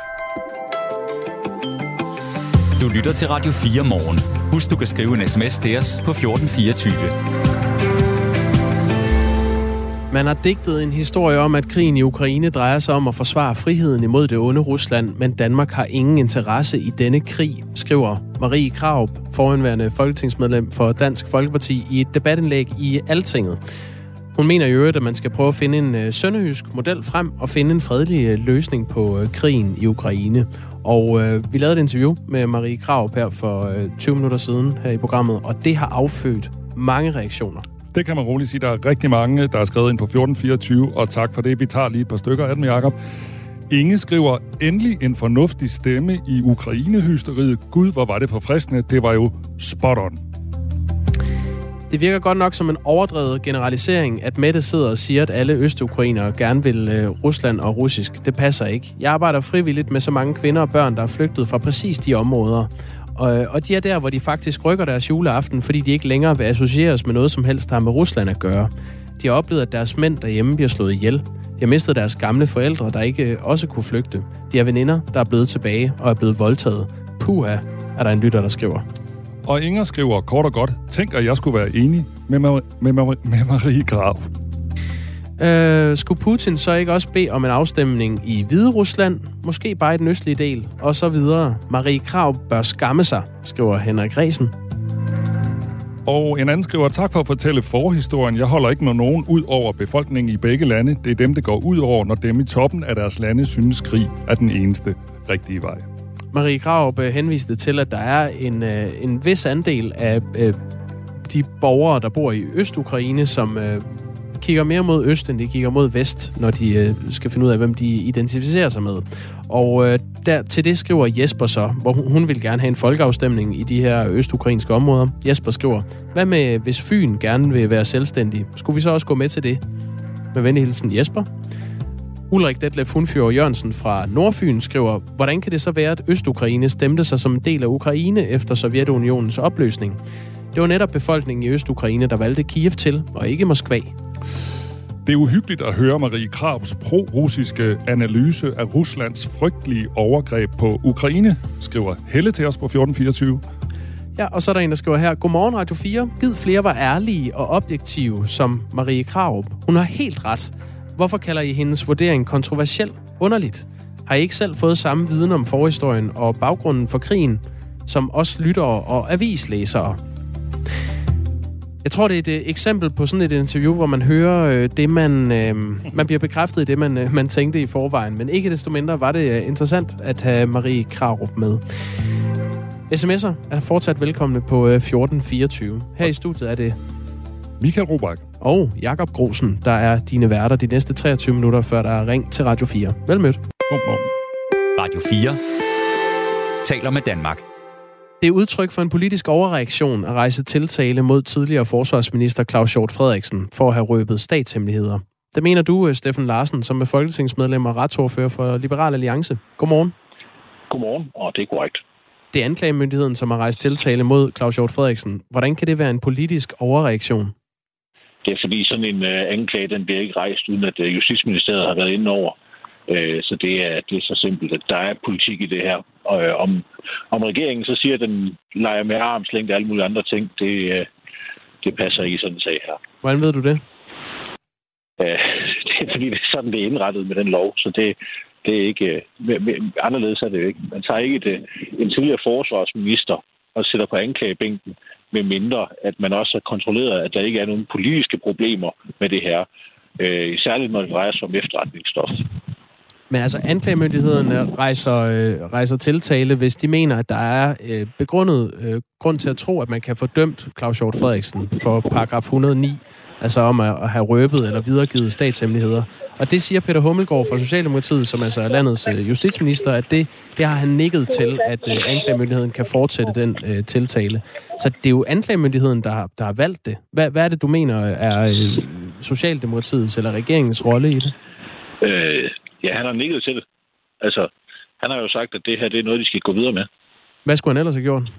Du lytter til Radio fire morgen. Husk, du kan skrive en sms til os på fjorten fireogtyve. Man har digtet en historie om, at krigen i Ukraine drejer sig om at forsvare friheden imod det onde Rusland, men Danmark har ingen interesse i denne krig, skriver Marie Krav, forhenværende folketingsmedlem for Dansk Folkeparti, i et debatindlæg i Altinget. Hun mener i øvrigt, at man skal prøve at finde en øh, sønderjysk model frem og finde en fredelig øh, løsning på øh, krigen i Ukraine. Og øh, vi lavede et interview med Marie Krarup her for øh, tyve minutter siden her i programmet, og det har affødt mange reaktioner. Det kan man roligt sige. Der er rigtig mange, der er skrevet ind på fjorten fireogtyve, og tak for det. Vi tager lige et par stykker af dem, Jacob. Inge skriver, endelig en fornuftig stemme i Ukraine-hysteriet. Gud, hvor var det forfriskende. Det var jo spot on. Det virker godt nok som en overdrevet generalisering, at Mette sidder og siger, at alle østukrainere gerne vil øh, Rusland og russisk. Det passer ikke. Jeg arbejder frivilligt med så mange kvinder og børn, der er flygtet fra præcis de områder. Og, og de er der, hvor de faktisk rykker deres juleaften, fordi de ikke længere vil associeres med noget som helst, der har med Rusland at gøre. De har oplevet, at deres mænd derhjemme bliver slået ihjel. De har mistet deres gamle forældre, der ikke også kunne flygte. De har veninder, der er blevet tilbage og er blevet voldtaget. Puha, er der en lytter, der skriver. Og Inger skriver kort og godt, tænk, at jeg skulle være enig med, Mar- med, Mar- med Marie Krarup. Øh, skulle Putin så ikke også bede om en afstemning i Hvide Rusland? Måske bare i den østlige del, og så videre. Marie Krarup bør skamme sig, skriver Henrik Resen. Og en anden skriver, tak for at fortælle forhistorien. Jeg holder ikke med nogen ud over befolkningen i begge lande. Det er dem, det går ud over, når dem i toppen af deres lande synes, krig er den eneste rigtige vej. Marie Krarup henviste til, at der er en, en vis andel af øh, de borgere, der bor i Øst-Ukraine, som øh, kigger mere mod øst, end de kigger mod vest, når de øh, skal finde ud af, hvem de identificerer sig med. Og øh, der, til det skriver Jesper så, hvor hun, hun vil gerne have en folkeafstemning i de her østukrainske områder. Jesper skriver, hvad med, hvis Fyn gerne vil være selvstændig? Skulle vi så også gå med til det? Med venlig hilsen Jesper. Ulrik Detlef Hundfjord Jørgensen fra Nordfyn skriver, hvordan kan det så være, at Østukraine stemte sig som en del af Ukraine efter Sovjetunionens opløsning? Det var netop befolkningen i Østukraine, der valgte Kiev til, og ikke Moskva. Det er uhyggeligt at høre Marie Krarups pro-russiske analyse af Ruslands frygtelige overgreb på Ukraine, skriver Helle til os på fjorten fireogtyve. Ja, og så er der en, der skriver her, godmorgen Radio fire. Gid flere var ærlige og objektive som Marie Krarup. Hun har helt ret. Hvorfor kalder I hendes vurdering kontroversiel? Underligt. Har I ikke selv fået samme viden om forhistorien og baggrunden for krigen, som os lyttere og avislæsere? Jeg tror, det er et eksempel på sådan et interview, hvor man hører øh, det, man... Øh, man bliver bekræftet i det, man, øh, man tænkte i forvejen. Men ikke desto mindre var det øh, interessant at have Marie Krarup med. sms'er er fortsat velkomne på øh, fjorten fireogtyve. Her i studiet er det... Michael Robach. Og Jakob Grosen, der er dine værter de næste treogtyve minutter, før der er ring til Radio fire. Vel mødt. Radio fire taler med Danmark. Det er udtryk for en politisk overreaktion at rejse tiltale mod tidligere forsvarsminister Claus Hjort Frederiksen for at have røbet statshemmeligheder. Det mener du, Steffen Larsen, som er folketingsmedlem og retsordfører for Liberal Alliance. Godmorgen. Godmorgen, og det er korrekt. Det er anklagemyndigheden, som har rejst tiltale mod Claus Hjort Frederiksen. Hvordan kan det være en politisk overreaktion? Det er fordi sådan en uh, anklage, den bliver ikke rejst, uden at uh, Justitsministeriet har været inde over. Uh, så det er, det er så simpelt, at der er politik i det her. Og uh, om, om regeringen så siger, at den leger med armslængde og alle mulige andre ting, det, uh, det passer ikke i sådan en sag her. Hvordan ved du det? Uh, det er fordi, det er sådan, det er indrettet med den lov, så det, det er ikke... Uh, anderledes er det jo ikke. Man tager ikke et, en tidligere forsvarsminister og sætter på anklagebænken, med mindre, at man også har kontrolleret, at der ikke er nogen politiske problemer med det her. Øh, særligt når det drejer sig om efterretningsstof. Men altså, anklagemyndigheden rejser, øh, rejser tiltale, hvis de mener, at der er øh, begrundet øh, grund til at tro, at man kan få dømt Claus Hjort Frederiksen for paragraf et hundrede og ni, altså om at, at have røbet eller videregivet statshemmeligheder. Og det siger Peter Hummelgaard fra Socialdemokratiet, som altså er landets øh, justitsminister, at det, det har han nikket til, at øh, anklagemyndigheden kan fortsætte den øh, tiltale. Så det er jo anklagemyndigheden, der har, der har valgt det. Hvad, hvad er det, du mener er øh, Socialdemokratiets eller regeringens rolle i det? Øh, ja, han har nikket til det. Altså, han har jo sagt, at det her det er noget, de skal gå videre med. Hvad skulle han ellers have gjort?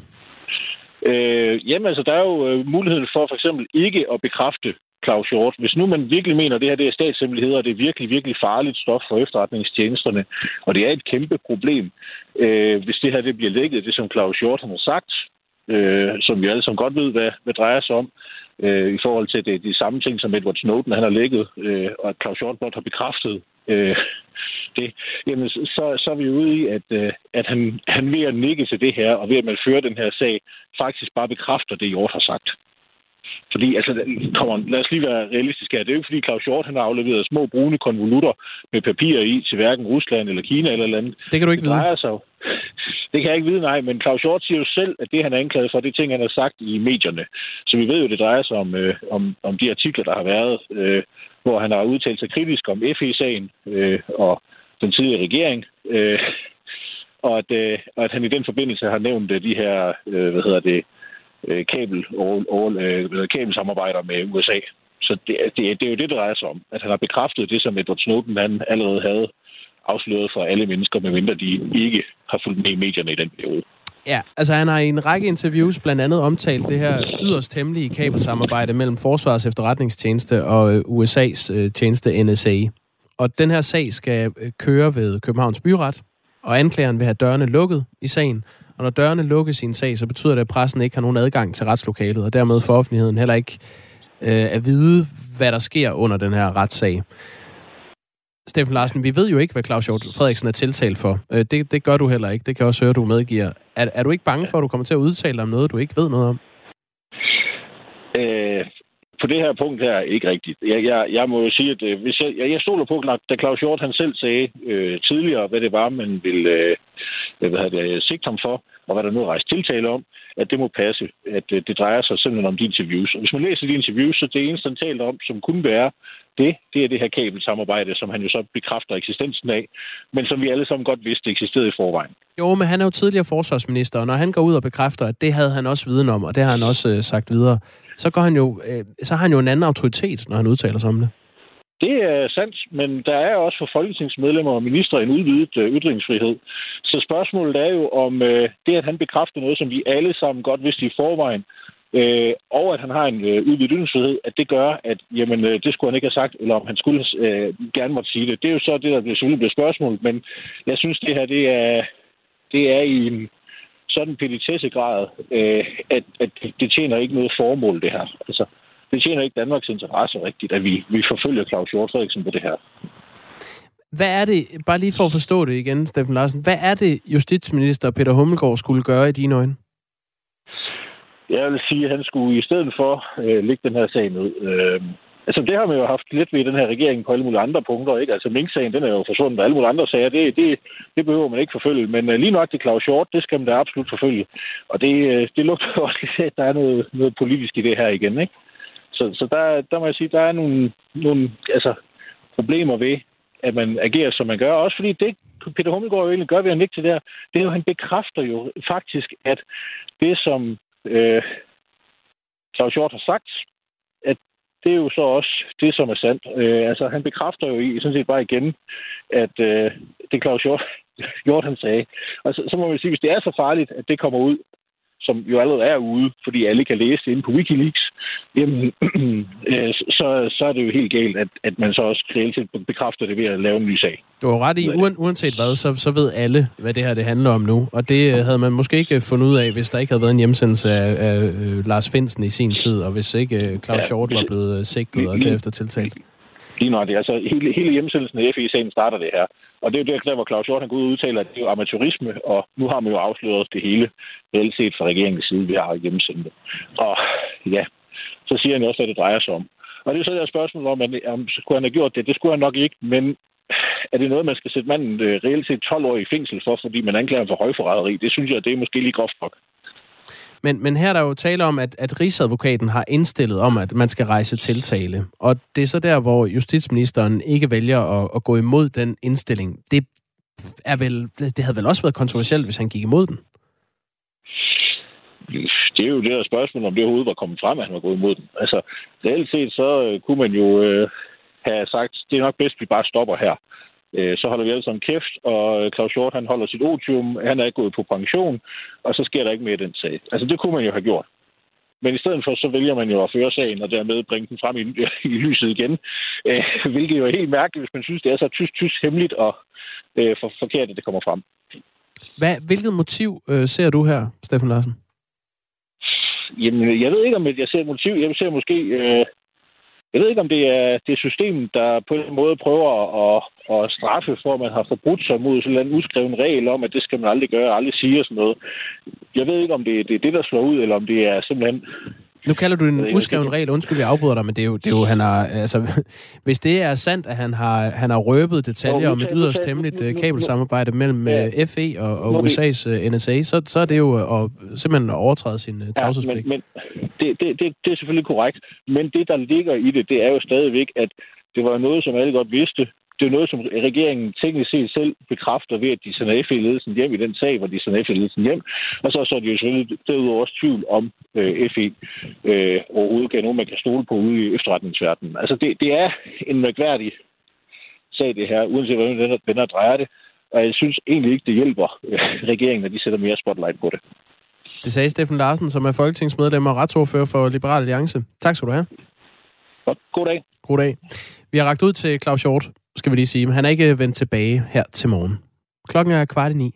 Øh, jamen, altså, der er jo øh, muligheden for for eksempel ikke at bekræfte Claus Hjort. Hvis nu man virkelig mener, at det her det er statshemmeligheder, og det er virkelig, virkelig farligt stof for efterretningstjenesterne, og det er et kæmpe problem, øh, hvis det her det bliver lækket, det som Claus Hjort har sagt, øh, som vi alle sammen godt ved, hvad, hvad drejer sig om, øh, i forhold til det, de samme ting, som Edward Snowden han har lækket, øh, og at Claus Hjort blot har bekræftet øh, det, jamen, så, så er vi ude i, at, øh, at han, han ved at nikke til det her, og ved at man fører den her sag, faktisk bare bekræfter det, Hjort har sagt. Fordi, altså, kommer, lad os lige være realistiske her. Det er jo ikke, fordi Claus Hjort, han har afleveret små brune konvolutter med papir i til hverken Rusland eller Kina eller andet. Det kan du ikke det vide. Sig. Det kan jeg ikke vide, nej. Men Claus Hjort siger jo selv, at det, han er anklaget for, det er ting, han har sagt i medierne. Så vi ved jo, det drejer sig om, øh, om, om de artikler, der har været, øh, hvor han har udtalt sig kritisk om F E-sagen øh, og den tidligere regering. Øh, og, at, øh, og at han i den forbindelse har nævnt de her, øh, hvad hedder det, kabel og, og øh, kabelsamarbejder med U S A. Så det, det, det er jo det, der drejer sig om. At han har bekræftet det, som Edward Snowden han allerede havde afsløret for alle mennesker, medmindre de ikke har fulgt med i medierne i den periode. Ja, altså han har i en række interviews blandt andet omtalt det her yderst hemmelige kabelsamarbejde mellem Forsvarets Efterretningstjeneste og U S A's øh, tjeneste N S A. Og den her sag skal køre ved Københavns Byret, og anklageren vil have dørene lukket i sagen. Og når dørene lukkes i en sag, så betyder det, at pressen ikke har nogen adgang til retslokalet, og dermed får offentligheden heller ikke øh, at vide, hvad der sker under den her retssag. Steffen Larsen, vi ved jo ikke, hvad Claus Hjort Frederiksen er tiltalt for. Øh, det, det gør du heller ikke. Det kan jeg også høre, du medgiver. Er, er du ikke bange for, at du kommer til at udtale om noget, du ikke ved noget om? Øh, på det her punkt her er ikke rigtigt. Jeg, jeg, jeg må jo sige, at øh, hvis jeg, jeg, jeg stoler på, da Claus Hjort han selv sagde øh, tidligere, hvad det var, man ville øh, hvad havde det, sigte ham for, og hvad der nu er rejst tiltale om, at det må passe. At øh, det drejer sig simpelthen om de interviews. Og hvis man læser de interviews, så det eneste, han taler om, som kunne være det, det er det her kabelsamarbejde, som han jo så bekræfter eksistensen af, men som vi alle sammen godt vidste eksisterede i forvejen. Jo, men han er jo tidligere forsvarsminister, og når han går ud og bekræfter, at det havde han også viden om, og det har han også øh, sagt videre, så, går han jo, øh, så har han jo en anden autoritet, når han udtaler sig om det. Det er sandt, men der er også for folketingsmedlemmer og ministre en udvidet øh, ytringsfrihed. Så spørgsmålet er jo om øh, det, at han bekræfter noget, som vi alle sammen godt vidste i forvejen, øh, og at han har en øh, udvidet ytringsfrihed, at det gør, at jamen, øh, det skulle han ikke have sagt, eller om han skulle øh, gerne måtte sige det. Det er jo så det, der selvfølgelig bliver spørgsmålet, men jeg synes, det her det er, det er i en sådan petitessegrad, øh, at, at det tjener ikke noget formål, det her. Altså, det tjener ikke Danmarks interesse rigtigt, at vi, vi forfølger Claus Hjort Frederiksen på det her. Hvad er det, bare lige for at forstå det igen, Steffen Larsen, hvad er det, justitsminister Peter Hummelgaard skulle gøre i dine øjne? Jeg vil sige, at han skulle i stedet for øh, lægge den her sag ned. Øh, altså, det har man jo haft lidt ved den her regering på alle mulige andre punkter, ikke? Altså, Mink-sagen, den er jo forsvundet, og alle mulige andre sager, det, det, det behøver man ikke forfølge. Men øh, lige nok til Claus Hjort, det skal man da absolut forfølge. Og det, øh, det lugter også lidt, at der er noget, noget politisk i det her igen, ikke? Så, så der, der må jeg sige, der er nogle, nogle altså, problemer ved, at man agerer, som man gør. Også fordi det, Peter Hummelgaard jo egentlig gør ved at nikke til det her, det er jo, han bekræfter jo faktisk, at det, som øh, Claus Hjort har sagt, at det er jo så også det, som er sandt. Øh, altså, han bekræfter jo i, sådan set bare igen, at øh, det Claus Hjort, Hjort han sagde. Og så, så må man sige, hvis det er så farligt, at det kommer ud, som jo allerede er ude, fordi alle kan læse det inde på Wikileaks, jamen, øh, så, så er det jo helt galt, at, at man så også reelt bekræfter det ved at lave en ny sag. Du har ret i, uanset hvad, så, så ved alle, hvad det her det handler om nu. Og det havde man måske ikke fundet ud af, hvis der ikke havde været en hjemsendelse af, af, af Lars Findsen i sin tid, og hvis ikke Claus Hjort var blevet sigtet og derefter tiltalt. Lige nok det. Altså, hele, hele hjemsendelsen af F E-sagen starter det her. Og det er jo der, hvor Claus Hjort han går ud og udtaler, at det er jo amatørisme, og nu har man jo afsløret det hele, reelt set fra regeringens side, vi har hjemsendt det. Og ja, så siger han også, at det drejer sig om. Og det er så der spørgsmål om, at om, skulle han have gjort det? Det skulle han nok ikke, men er det noget, man skal sætte manden øh, reelt set tolv år i fængsel for, fordi man anklager ham for højforræderi? Det synes jeg, det er måske lige groft nok. Men, men her er der jo tale om, at, at Rigsadvokaten har indstillet om, at man skal rejse tiltale. Og det er så der, hvor justitsministeren ikke vælger at, at gå imod den indstilling. Det, er vel, det havde vel også været kontroversielt, hvis han gik imod den? Det er jo det der spørgsmål, om det overhovedet var kommet frem, at han var gået imod den. Altså, reelt set, så øh, kunne man jo øh, have sagt, det er nok bedst, at vi bare stopper her. Så holder vi alle sammen kæft, og Claus Hjort, han holder sit otium, han er ikke gået på pension, og så sker der ikke mere i den sag. Altså, det kunne man jo have gjort. Men i stedet for, så vælger man jo at føre sagen, og dermed bringe den frem i, i lyset igen. Øh, hvilket jo er helt mærkeligt, hvis man synes, det er så tysk, tysk hemmeligt og øh, for, forkert, at det kommer frem. Hvad, hvilket motiv øh, ser du her, Steffen Larsen? Jamen, jeg ved ikke, om jeg ser et motiv. Jeg ser måske... Øh, Jeg ved ikke, om det er det system, der på en måde prøver at, at straffe, for at man har forbrudt sig mod sådan en uskreven regel om, at det skal man aldrig gøre, aldrig sige og sådan noget. Jeg ved ikke, om det er det, der slår ud, eller om det er simpelthen Nu kalder du en uskreven regel, undskyld, jeg afbryder dig, men det er jo, det er jo han har, altså, hvis det er sandt, at han har, han har røbet detaljer om et yderst hemmeligt uh, kabelsamarbejde mellem uh, F E og, og U S A's uh, N S A, så, så er det jo at, simpelthen at overtræde sin uh, tavshedspligt. Ja, men, men det, det, det, det er selvfølgelig korrekt, men det, der ligger i det, det er jo stadigvæk, at det var noget, som alle godt vidste. Det er noget, som regeringen teknisk set selv bekræfter ved, at de sender F E-ledelsen hjem i den sag, hvor de sender F E-ledelsen hjem. Og så, så er det jo selvfølgelig derudover også tvivl om øh, F E øh, overhovedet kan nogen, man kan stole på ude i efterretningsverdenen. Altså, det, det er en mærkværdig sag, det her, uanset hvordan den, den drejer det. Og jeg synes egentlig ikke, det hjælper øh, regeringen, at de sætter mere spotlight på det. Det sagde Steffen Larsen, som er folketingsmedlem og retsordfører for Liberal Alliance. Tak skal du have. Godt. God dag. God dag. Vi har rakt ud til Claus Hjort, skal vi lige sige, men han er ikke vendt tilbage her til morgen. Klokken er kvart i ni.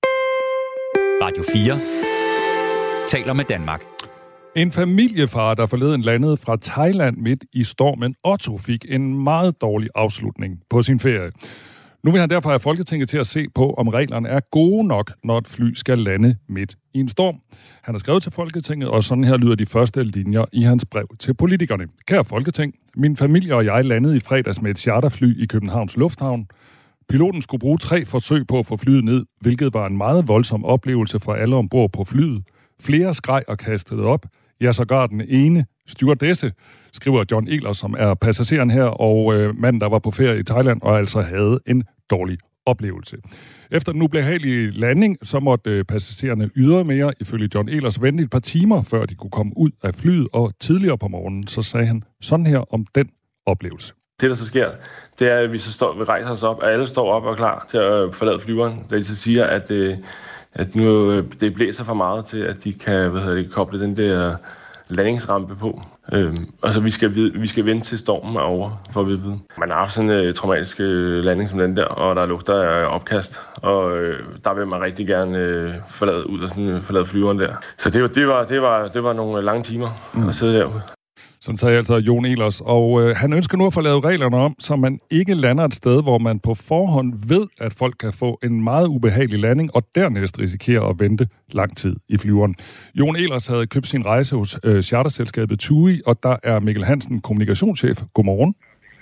Radio fire taler med Danmark. En familiefar, der forleden landede fra Thailand midt i stormen Otto, fik en meget dårlig afslutning på sin ferie. Nu vil han derfor have Folketinget til at se på, om reglerne er gode nok, når et fly skal lande midt i en storm. Han har skrevet til Folketinget, og sådan her lyder de første linjer i hans brev til politikerne. Kære Folketing, min familie og jeg landede i fredags med et charterfly i Københavns Lufthavn. Piloten skulle bruge tre forsøg på at få flyet ned, hvilket var en meget voldsom oplevelse for alle ombord på flyet. Flere skreg og kastede op. Ja, sågar den ene stewardesse, skriver John Ehlers, som er passageren her, og øh, manden, der var på ferie i Thailand, og altså havde en dårlig oplevelse. Efter den ubehagelige landing, så måtte øh, passagererne ydermere, ifølge John Ehlers, vente et par timer, før de kunne komme ud af flyet, og tidligere på morgenen, så sagde han sådan her om den oplevelse. Det, der så sker, det er, at vi så står, vi rejser os op, og alle står op og er klar til at forlade flyveren, da de så siger, at, øh, at nu øh, det blæser for meget til, at de kan hvad hedder det, koble den der landingsrampe på. Øhm, og så vi skal, vide, vi skal vente til stormen er over, for at vide. Man har haft sådan en uh, traumatisk uh, landing som den der, og der lugter af uh, opkast. Og uh, der vil man rigtig gerne uh, forlade ud og sådan, uh, forlade flyveren der. Så det var, det var, det var, det var nogle lange timer mm. at sidde derude. Sådan sagde altså Jon Ehlers, og øh, han ønsker nu at få lavet reglerne om, så man ikke lander et sted, hvor man på forhånd ved, at folk kan få en meget ubehagelig landing, og dernæst risikerer at vente lang tid i flyveren. Jon Ehlers havde købt sin rejse hos øh, charterselskabet TUI, og der er Mikkel Hansen, kommunikationschef. Godmorgen.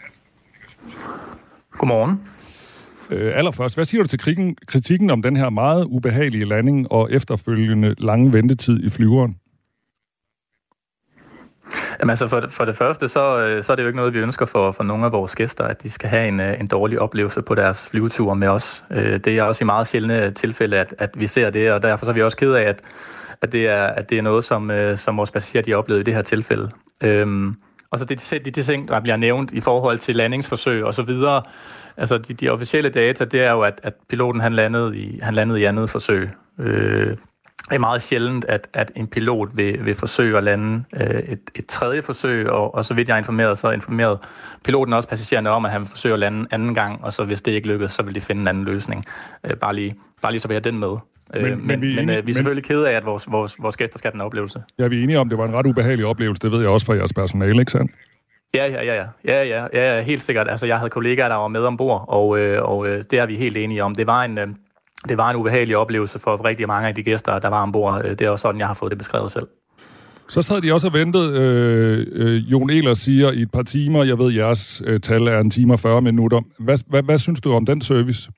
Godmorgen. Øh, allerførst, hvad siger du til kritikken, kritikken om den her meget ubehagelige landing og efterfølgende lange ventetid i flyveren? Jamen altså for det, for det første, så, så er det jo ikke noget, vi ønsker for, for nogle af vores gæster, at de skal have en, en dårlig oplevelse på deres flyveture med os. Det er også i meget sjældne tilfælde, at, at vi ser det, og derfor så er vi også ked af, at, at, det, er, at det er noget, som, som vores passagerer de har oplevet i det her tilfælde. Øhm, og så det de, de, de ting, der bliver nævnt i forhold til landingsforsøg og så videre, altså de, de officielle data, det er jo, at, at piloten han landede, i, han landede i andet forsøg. Øh, Det er meget sjældent, at, at en pilot vil, vil forsøge at lande øh, et, et tredje forsøg, og, og så vidt jeg er informeret, så informerede piloten også passagererne om, at han vil forsøge at lande anden gang, og så hvis det ikke lykkes, så vil de finde en anden løsning. Øh, bare, lige, bare lige så vil jeg den med. Men, øh, men, men, vi, er men øh, vi er selvfølgelig men, kede af, at vores, vores, vores gæster skal have den oplevelse. Ja, vi er enige om, det var en ret ubehagelig oplevelse, det ved jeg også fra jeres personale, ikke sandt? Ja, ja, ja, ja, ja, ja, ja, helt sikkert. Altså, jeg havde kollegaer, der var med ombord, og, øh, og øh, det er vi helt enige om. Det var en... Øh, Det var en ubehagelig oplevelse for rigtig mange af de gæster, der var ombord. Det er også sådan, jeg har fået det beskrevet selv. Så sad de også og ventede. Øh, øh, Jon Ehlers siger i et par timer, jeg ved, jeres øh, tal er en time og fyrre minutter. Hvad, hvad, hvad synes du om den service?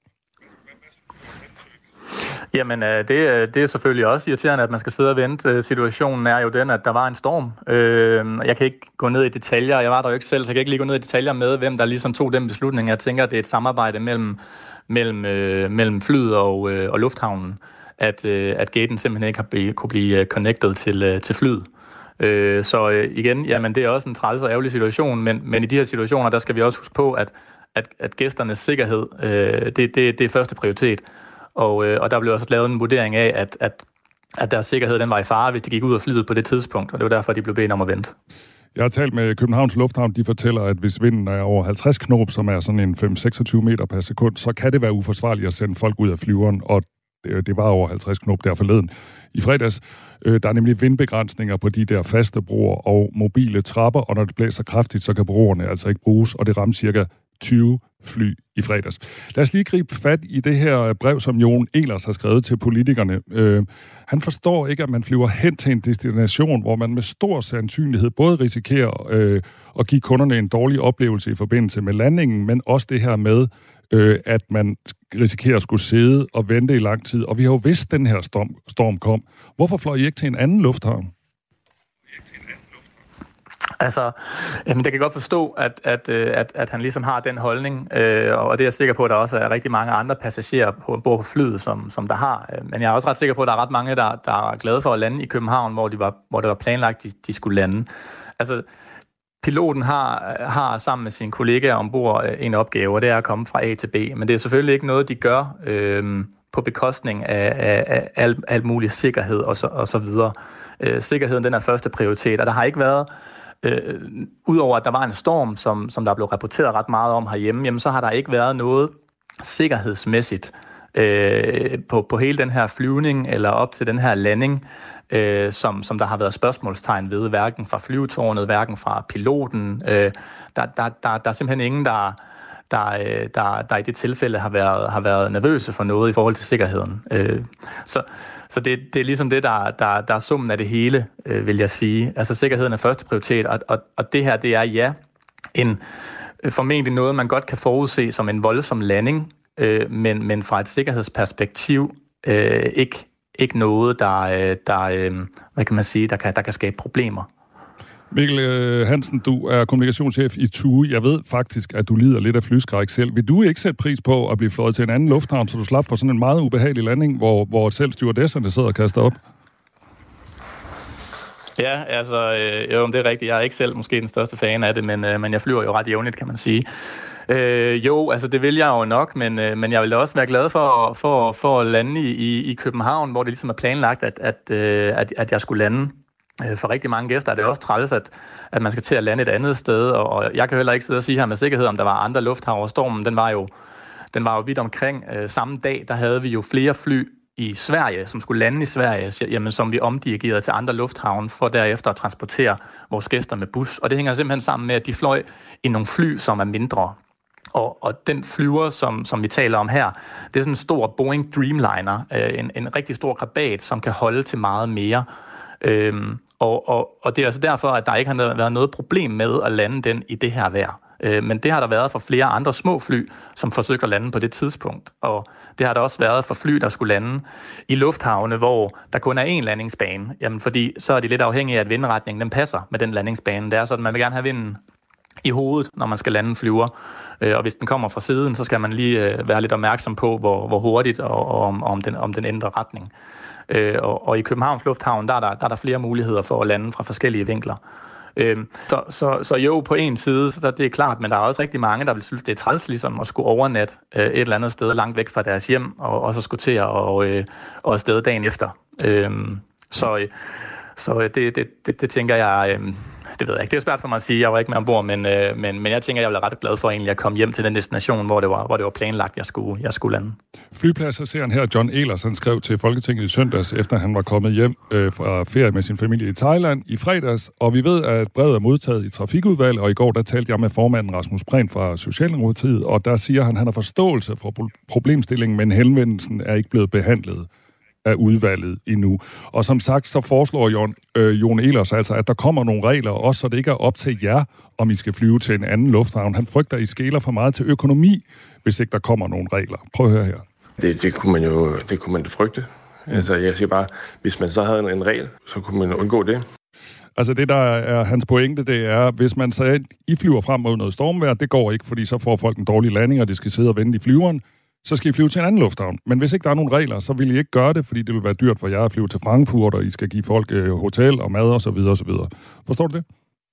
Jamen, det, det er selvfølgelig også irriterende, at man skal sidde og vente. Situationen er jo den, at der var en storm. Jeg kan ikke gå ned i detaljer. Jeg var der jo ikke selv, så jeg kan ikke lige gå ned i detaljer med, hvem der ligesom tog den beslutning. Jeg tænker, at det er et samarbejde mellem mellem, øh, mellem flyet og, øh, og lufthavnen, at, øh, at gaten simpelthen ikke har blive, kunne blive connected til, øh, til flyet. Øh, så øh, igen, jamen det er også en træls og ærgerlig situation, men, men i de her situationer, der skal vi også huske på, at, at, at gæsternes sikkerhed, øh, det, det, det er første prioritet. Og, øh, og der blev også lavet en vurdering af, at, at, at deres sikkerhed den var i fare, hvis de gik ud af flyet på det tidspunkt, og det var derfor, de blev bedt om at vente. Jeg har talt med Københavns Lufthavn, de fortæller, at hvis vinden er over halvtreds knop, som er sådan en fem til seksogtyve meter per sekund, så kan det være uforsvarligt at sende folk ud af flyveren, og det, det var over halvtreds knop der forleden. I fredags, øh, der er nemlig vindbegrænsninger på de der faste broer og mobile trapper, og når det blæser kraftigt, så kan broerne altså ikke bruges, og det rammer cirka tyve fly i fredags. Lad os lige gribe fat i det her brev, som Jon Ehlers har skrevet til politikerne. Øh, han forstår ikke, at man flyver hen til en destination, hvor man med stor sandsynlighed både risikerer øh, at give kunderne en dårlig oplevelse i forbindelse med landingen, men også det her med, øh, at man risikerer at skulle sidde og vente i lang tid. Og vi har jo vidst, at den her storm, storm kom. Hvorfor fløj I ikke til en anden lufthavn? Altså, jamen, jeg kan godt forstå, at, at, at, at han ligesom har den holdning, øh, og det er jeg sikker på, at der også er rigtig mange andre passagerer på, på flyet, som, som der har. Men jeg er også ret sikker på, at der er ret mange, der, der er glade for at lande i København, hvor, de var, hvor det var planlagt, de, de skulle lande. Altså, piloten har, har sammen med sine kollegaer ombord en opgave, og det er at komme fra A til B. Men det er selvfølgelig ikke noget, de gør øh, på bekostning af, af, af alt, alt mulig sikkerhed og så, og så videre. Øh, sikkerheden, den er første prioritet, og der har ikke været Øh, Udover at der var en storm, som, som der blev rapporteret ret meget om herhjemme, jamen, så har der ikke været noget sikkerhedsmæssigt øh, på, på hele den her flyvning eller op til den her landing, øh, som, som der har været spørgsmålstegn ved, hverken fra flyvetårnet, hverken fra piloten. Øh, der, der, der, der er simpelthen ingen, der, der, der, der i det tilfælde har været, har været nervøse for noget i forhold til sikkerheden. Øh, så Så det, det er ligesom det, der, der, der er summen af det hele, øh, vil jeg sige. Altså sikkerheden er første prioritet, og, og, og det her, det er ja, en formentlig noget, man godt kan forudse som en voldsom landing, øh, men, men fra et sikkerhedsperspektiv øh, ikke, ikke noget, der, der øh, hvad kan man sige, der kan, der kan skabe problemer. Mikkel Hansen, du er kommunikationschef i T U I. Jeg ved faktisk, at du lider lidt af flyskræk selv. Vil du ikke sætte pris på at blive fløjet til en anden lufthavn, så du slap for sådan en meget ubehagelig landing, hvor, hvor selv stewardesserne sidder og kaster op? Ja, altså, øh, jo, det er rigtigt. Jeg er ikke selv måske den største fan af det, men, øh, men jeg flyver jo ret jævnligt, kan man sige. Øh, jo, altså det vil jeg jo nok, men, øh, men jeg vil også være glad for, for, for at lande i, i, i København, hvor det ligesom er planlagt, at, at, øh, at, at jeg skulle lande. For rigtig mange gæster er det også træls, at, at man skal til at lande et andet sted, og jeg kan heller ikke sidde og sige her med sikkerhed, om der var andre lufthavne. Stormen, den var jo, den var jo vidt omkring. Samme dag, der havde vi jo flere fly i Sverige, som skulle lande i Sverige, jamen, som vi omdirigerede til andre lufthavne, for derefter at transportere vores gæster med bus. Og det hænger simpelthen sammen med, at de fløj i nogle fly, som er mindre. Og, og den flyver, som, som vi taler om her, det er sådan en stor Boeing Dreamliner, en, en rigtig stor krabat, som kan holde til meget mere. Øhm, og, og, og det er altså derfor, at der ikke har været noget problem med at lande den i det her vejr. Øh, men det har der været for flere andre små fly, som forsøgte at lande på det tidspunkt. Og det har der også været for fly, der skulle lande i lufthavne, hvor der kun er én landingsbane. Jamen, fordi så er de lidt afhængige af, at vindretningen den passer med den landingsbane. Det er sådan, at man vil gerne have vinden i hovedet, når man skal lande en flyver. Øh, og hvis den kommer fra siden, så skal man lige øh, være lidt opmærksom på, hvor, hvor hurtigt og, og om, om, den, om den ændrer retning. Øh, og, og i Københavns Lufthavn, der er, der, der er der flere muligheder for at lande fra forskellige vinkler. Øh, så, så, så jo, på en side, så det er klart, men der er også rigtig mange, der vil synes, det er træls ligesom at skulle overnatte øh, et eller andet sted langt væk fra deres hjem, og, og så skulle til at og, øh, og afsted dagen efter. Øh, så øh, så det, det, det, det tænker jeg... Øh, Det ved jeg ikke. Det er svært for mig at sige. Jeg var ikke med ombord, men, øh, men, men jeg tænker, jeg var ret glad for egentlig at komme hjem til den destination, hvor det var, hvor det var planlagt, jeg skulle, jeg skulle lande. Flypladseren her, Jon Ehlers, han skrev til Folketinget i søndags, efter han var kommet hjem øh, fra ferie med sin familie i Thailand i fredags, og vi ved, at brevet er modtaget i Trafikudvalget, og i går der talte jeg med formanden Rasmus Prehn fra Socialdemokratiet, og der siger han, at han har forståelse for problemstillingen, men henvendelsen er ikke blevet behandlet af udvalget endnu. Og som sagt, så foreslår Jon, øh, Jon Ehlers altså, at der kommer nogle regler, også så det ikke er op til jer, om I skal flyve til en anden lufthavn. Han frygter, at I skæler for meget til økonomi, hvis ikke der kommer nogle regler. Prøv at høre her. Det, det kunne man jo det kunne man frygte. Mm. Altså, jeg siger bare, hvis man så havde en, en regel, så kunne man undgå det. Altså det, der er hans pointe, det er, hvis man så I flyver frem mod noget stormvejr, det går ikke, fordi så får folk en dårlig landing, og de skal sidde og vente i flyveren. Så skal I flyve til en anden lufthavn. Men hvis ikke der er nogen regler, så vil I ikke gøre det, fordi det vil være dyrt for jer at flyve til Frankfurt, og I skal give folk øh, hotel og mad og så videre og så videre. Forstår du det?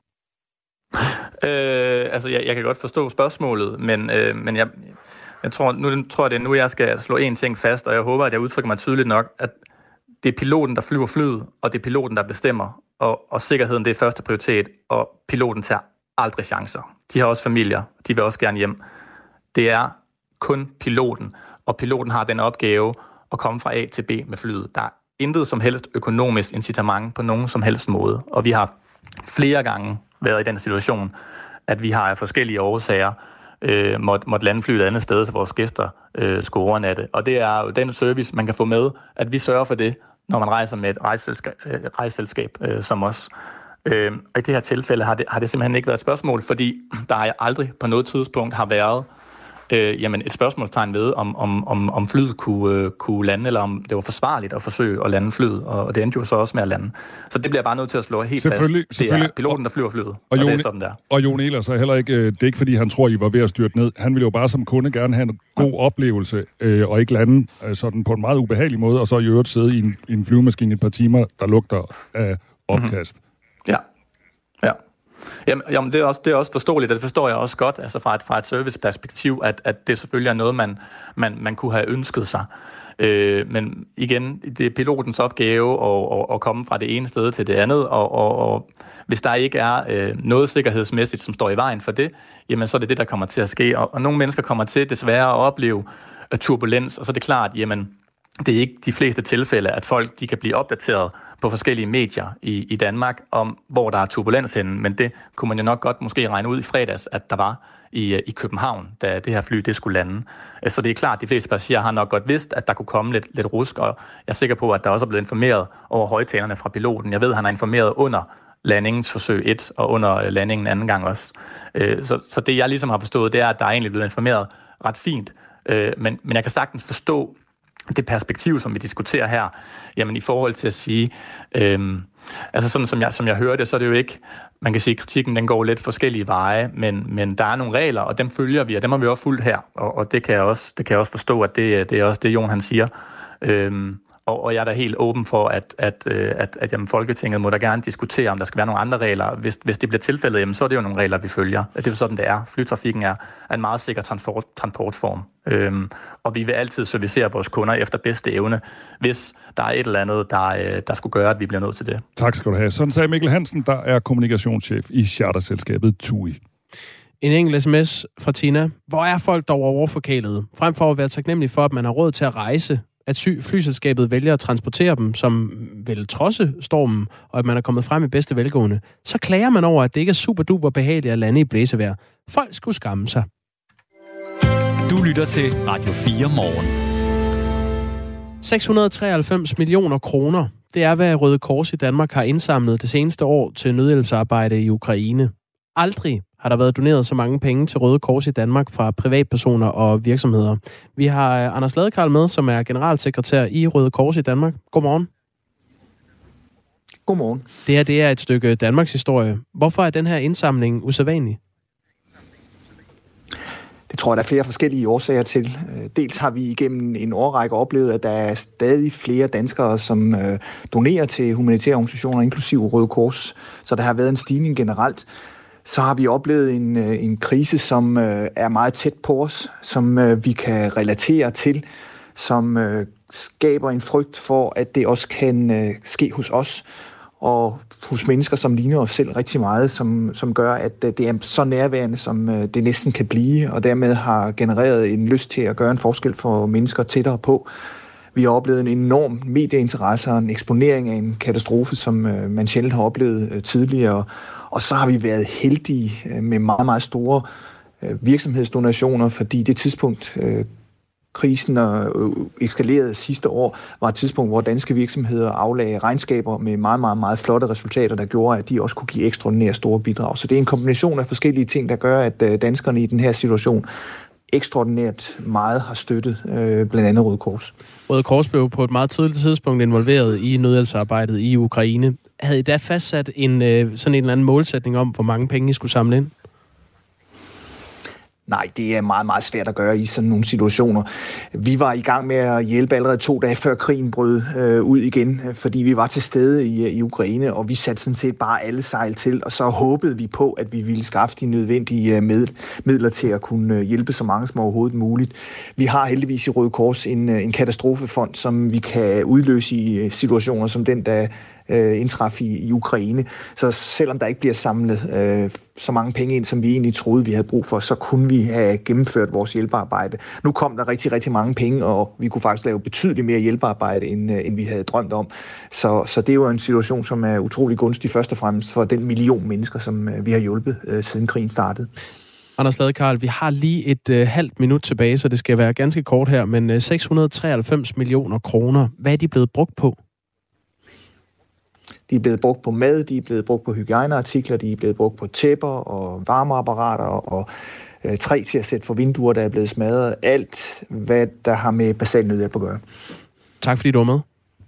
Øh, altså, jeg, jeg kan godt forstå spørgsmålet, men, øh, men jeg, jeg tror, nu tror jeg, det er nu, jeg skal slå en ting fast, og jeg håber, at jeg udtrykker mig tydeligt nok, at det er piloten, der flyver flyet, og det er piloten, der bestemmer, og, og sikkerheden, det er første prioritet, og piloten tager aldrig chancer. De har også familier, de vil også gerne hjem. Det er kun piloten, og piloten har den opgave at komme fra A til B med flyet. Der er intet som helst økonomisk incitament på nogen som helst måde, og vi har flere gange været i den situation, at vi har af forskellige årsager øh, måtte, måtte lande flyet et andet sted, så vores gæster øh, skulle overnatte. Og det er jo den service, man kan få med, at vi sørger for det, når man rejser med et rejseselskab, øh, rejseselskab øh, som os. Øh, og i det her tilfælde har det, har det simpelthen ikke været et spørgsmål, fordi der aldrig på noget tidspunkt har været øh, jamen et spørgsmålstegn ved, om, om, om, om flyet kunne, øh, kunne lande, eller om det var forsvarligt at forsøge at lande flyet, og det endte jo så også med at lande. Så det bliver bare nødt til at slå helt selvfølgelig, fast. Selvfølgelig. Det er piloten, der flyver flyet, og, og, og Jon, det er sådan der. Og Jon Ehlers er heller ikke, det er ikke fordi, han tror, I var ved at styrte ned. Han ville jo bare som kunde gerne have en god oplevelse, øh, og ikke lande øh, sådan på en meget ubehagelig måde, og så i øvrigt sidde i en, i en flyvemaskine et par timer, der lugter af opkast. Mm-hmm. Ja, ja. Jamen, jamen det, er også, det er også forståeligt, og det forstår jeg også godt, altså fra et, fra et serviceperspektiv, at, at det selvfølgelig er noget, man, man, man kunne have ønsket sig. Øh, men igen, det er pilotens opgave at, at, at komme fra det ene sted til det andet, og, og, og hvis der ikke er øh, noget sikkerhedsmæssigt, som står i vejen for det, jamen så er det det, der kommer til at ske. Og, og nogle mennesker kommer til desværre at opleve uh, turbulens, og så er det klart, jamen det er ikke de fleste tilfælde, at folk de kan blive opdateret på forskellige medier i, i Danmark om, hvor der er turbulens henne, men det kunne man jo nok godt måske regne ud i fredags, at der var i, i København, da det her fly det skulle lande. Så det er klart, at de fleste passagerer har nok godt vidst, at der kunne komme lidt, lidt rusk, og jeg er sikker på, at der også er blevet informeret over højtalerne fra piloten. Jeg ved, at han har informeret under landingens forsøg et og under landingen anden gang også. Så, så det, jeg ligesom har forstået, det er, at der er egentlig blevet informeret ret fint, men, men jeg kan sagtens forstå det perspektiv, som vi diskuterer her, jamen i forhold til at sige, øhm, altså sådan som jeg, som jeg hører det, så er det jo ikke, man kan sige, at kritikken den går lidt forskellige veje, men, men der er nogle regler, og dem følger vi, og dem har vi også fulgt her, og, og det, kan jeg også, det kan jeg også forstå, at det, det er også det, Jon han siger. Øhm, og, og jeg er da helt åben for, at, at, at, at jamen, Folketinget må da gerne diskutere, om der skal være nogle andre regler. Hvis, hvis det bliver tilfældet, jamen, så er det jo nogle regler, vi følger. Det er jo sådan, det er. Flytrafikken er en meget sikker transport, transportform. Øhm, og vi vil altid servicere vores kunder efter bedste evne, hvis der er et eller andet, der, der skulle gøre, at vi bliver nødt til det. Tak skal du have. Sådan sagde Mikkel Hansen, der er kommunikationschef i charterselskabet T U I. En enkelt sms fra Tina. Hvor er folk dog overforkælede? Frem for at være taknemmelig for, at man har råd til at rejse, at flyselskabet vælger at transportere dem, som vil trodse stormen, og at man er kommet frem i bedste velgående, så klager man over, at det ikke er super duper behageligt at lande i blæsevejr. Folk skulle skamme sig. Du lytter til Radio fire Morgen. seks hundrede og treoghalvfems millioner kroner. Det er, hvad Røde Kors i Danmark har indsamlet det seneste år til nødhjælpsarbejde i Ukraine. Aldrig har der været doneret så mange penge til Røde Kors i Danmark fra privatpersoner og virksomheder. Vi har Anders Ladekarl med, som er generalsekretær i Røde Kors i Danmark. Godmorgen. Godmorgen. Det her det er et stykke Danmarks historie. Hvorfor er den her indsamling usædvanlig? Det tror jeg, der er flere forskellige årsager til. Dels har vi igennem en årrække oplevet, at der er stadig flere danskere, som donerer til humanitære organisationer, inklusive Røde Kors. Så der har været en stigning generelt. Så har vi oplevet en, en krise, som er meget tæt på os, som vi kan relatere til, som skaber en frygt for, at det også kan ske hos os, og hos mennesker, som ligner os selv rigtig meget, som, som gør, at det er så nærværende, som det næsten kan blive, og dermed har genereret en lyst til at gøre en forskel for mennesker tættere på. Vi har oplevet en enorm medieinteresse og en eksponering af en katastrofe, som man sjældent har oplevet tidligere. Og så har vi været heldige med meget, meget store virksomhedsdonationer, fordi det tidspunkt, krisen eskalerede sidste år, var et tidspunkt, hvor danske virksomheder aflagde regnskaber med meget, meget, meget flotte resultater, der gjorde, at de også kunne give ekstraordinært store bidrag. Så det er en kombination af forskellige ting, der gør, at danskerne i den her situation ekstraordinært meget har støttet blandt andet Røde Kors. Røde Kors blev på et meget tidligt tidspunkt involveret i nødhjælpsarbejdet i Ukraine. Havde I da fastsat en, sådan en eller anden målsætning om, hvor mange penge I skulle samle ind? Nej, det er meget, meget svært at gøre i sådan nogle situationer. Vi var i gang med at hjælpe allerede to dage før krigen brød øh, ud igen, fordi vi var til stede i, i Ukraine, og vi satte sådan set bare alle sejl til, og så håbede vi på, at vi ville skaffe de nødvendige middel, midler til at kunne hjælpe så mange som overhovedet muligt. Vi har heldigvis i Røde Kors en, en katastrofefond, som vi kan udløse i situationer som den, der øh, indtraf i, i Ukraine. Så selvom der ikke bliver samlet øh, så mange penge ind, som vi egentlig troede, vi havde brug for, så kunne vi have gennemført vores hjælpearbejde. Nu kom der rigtig, rigtig mange penge, og vi kunne faktisk lave betydeligt mere hjælpearbejde, end, end vi havde drømt om. Så, så det er jo en situation, som er utrolig gunstig, først og fremmest for den million mennesker, som vi har hjulpet, øh, siden krigen startede. Anders Ladekarl, vi har lige et øh, halvt minut tilbage, så det skal være ganske kort her, men øh, seks hundrede og treoghalvfems millioner kroner, hvad er de blevet brugt på? De er blevet brugt på mad, de er blevet brugt på hygiejneartikler, de er blevet brugt på tæpper og varmeapparater og øh, træ til at sætte for vinduer, der er blevet smadret. Alt, hvad der har med basal nødhjælp at gøre. Tak fordi du var med.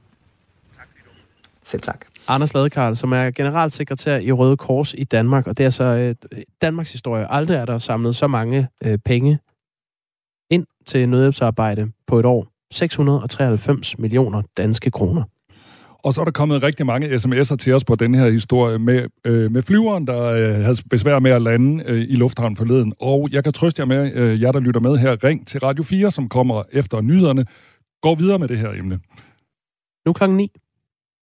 Selv tak. Anders Ladekarl, som er generalsekretær i Røde Kors i Danmark, og det er så øh, Danmarks historie. Aldrig er der samlet så mange øh, penge ind til nødhjælpsarbejde på et år. seks hundrede og treoghalvfems millioner danske kroner. Og så er der kommet rigtig mange sms'er til os på den her historie med, øh, med flyveren, der øh, havde besvær med at lande øh, i lufthavnen forleden. Og jeg kan trøste jer med, øh, jer der lytter med her, ring til Radio fire, som kommer efter nyhederne. Gå videre med det her emne. Nu klokken ni.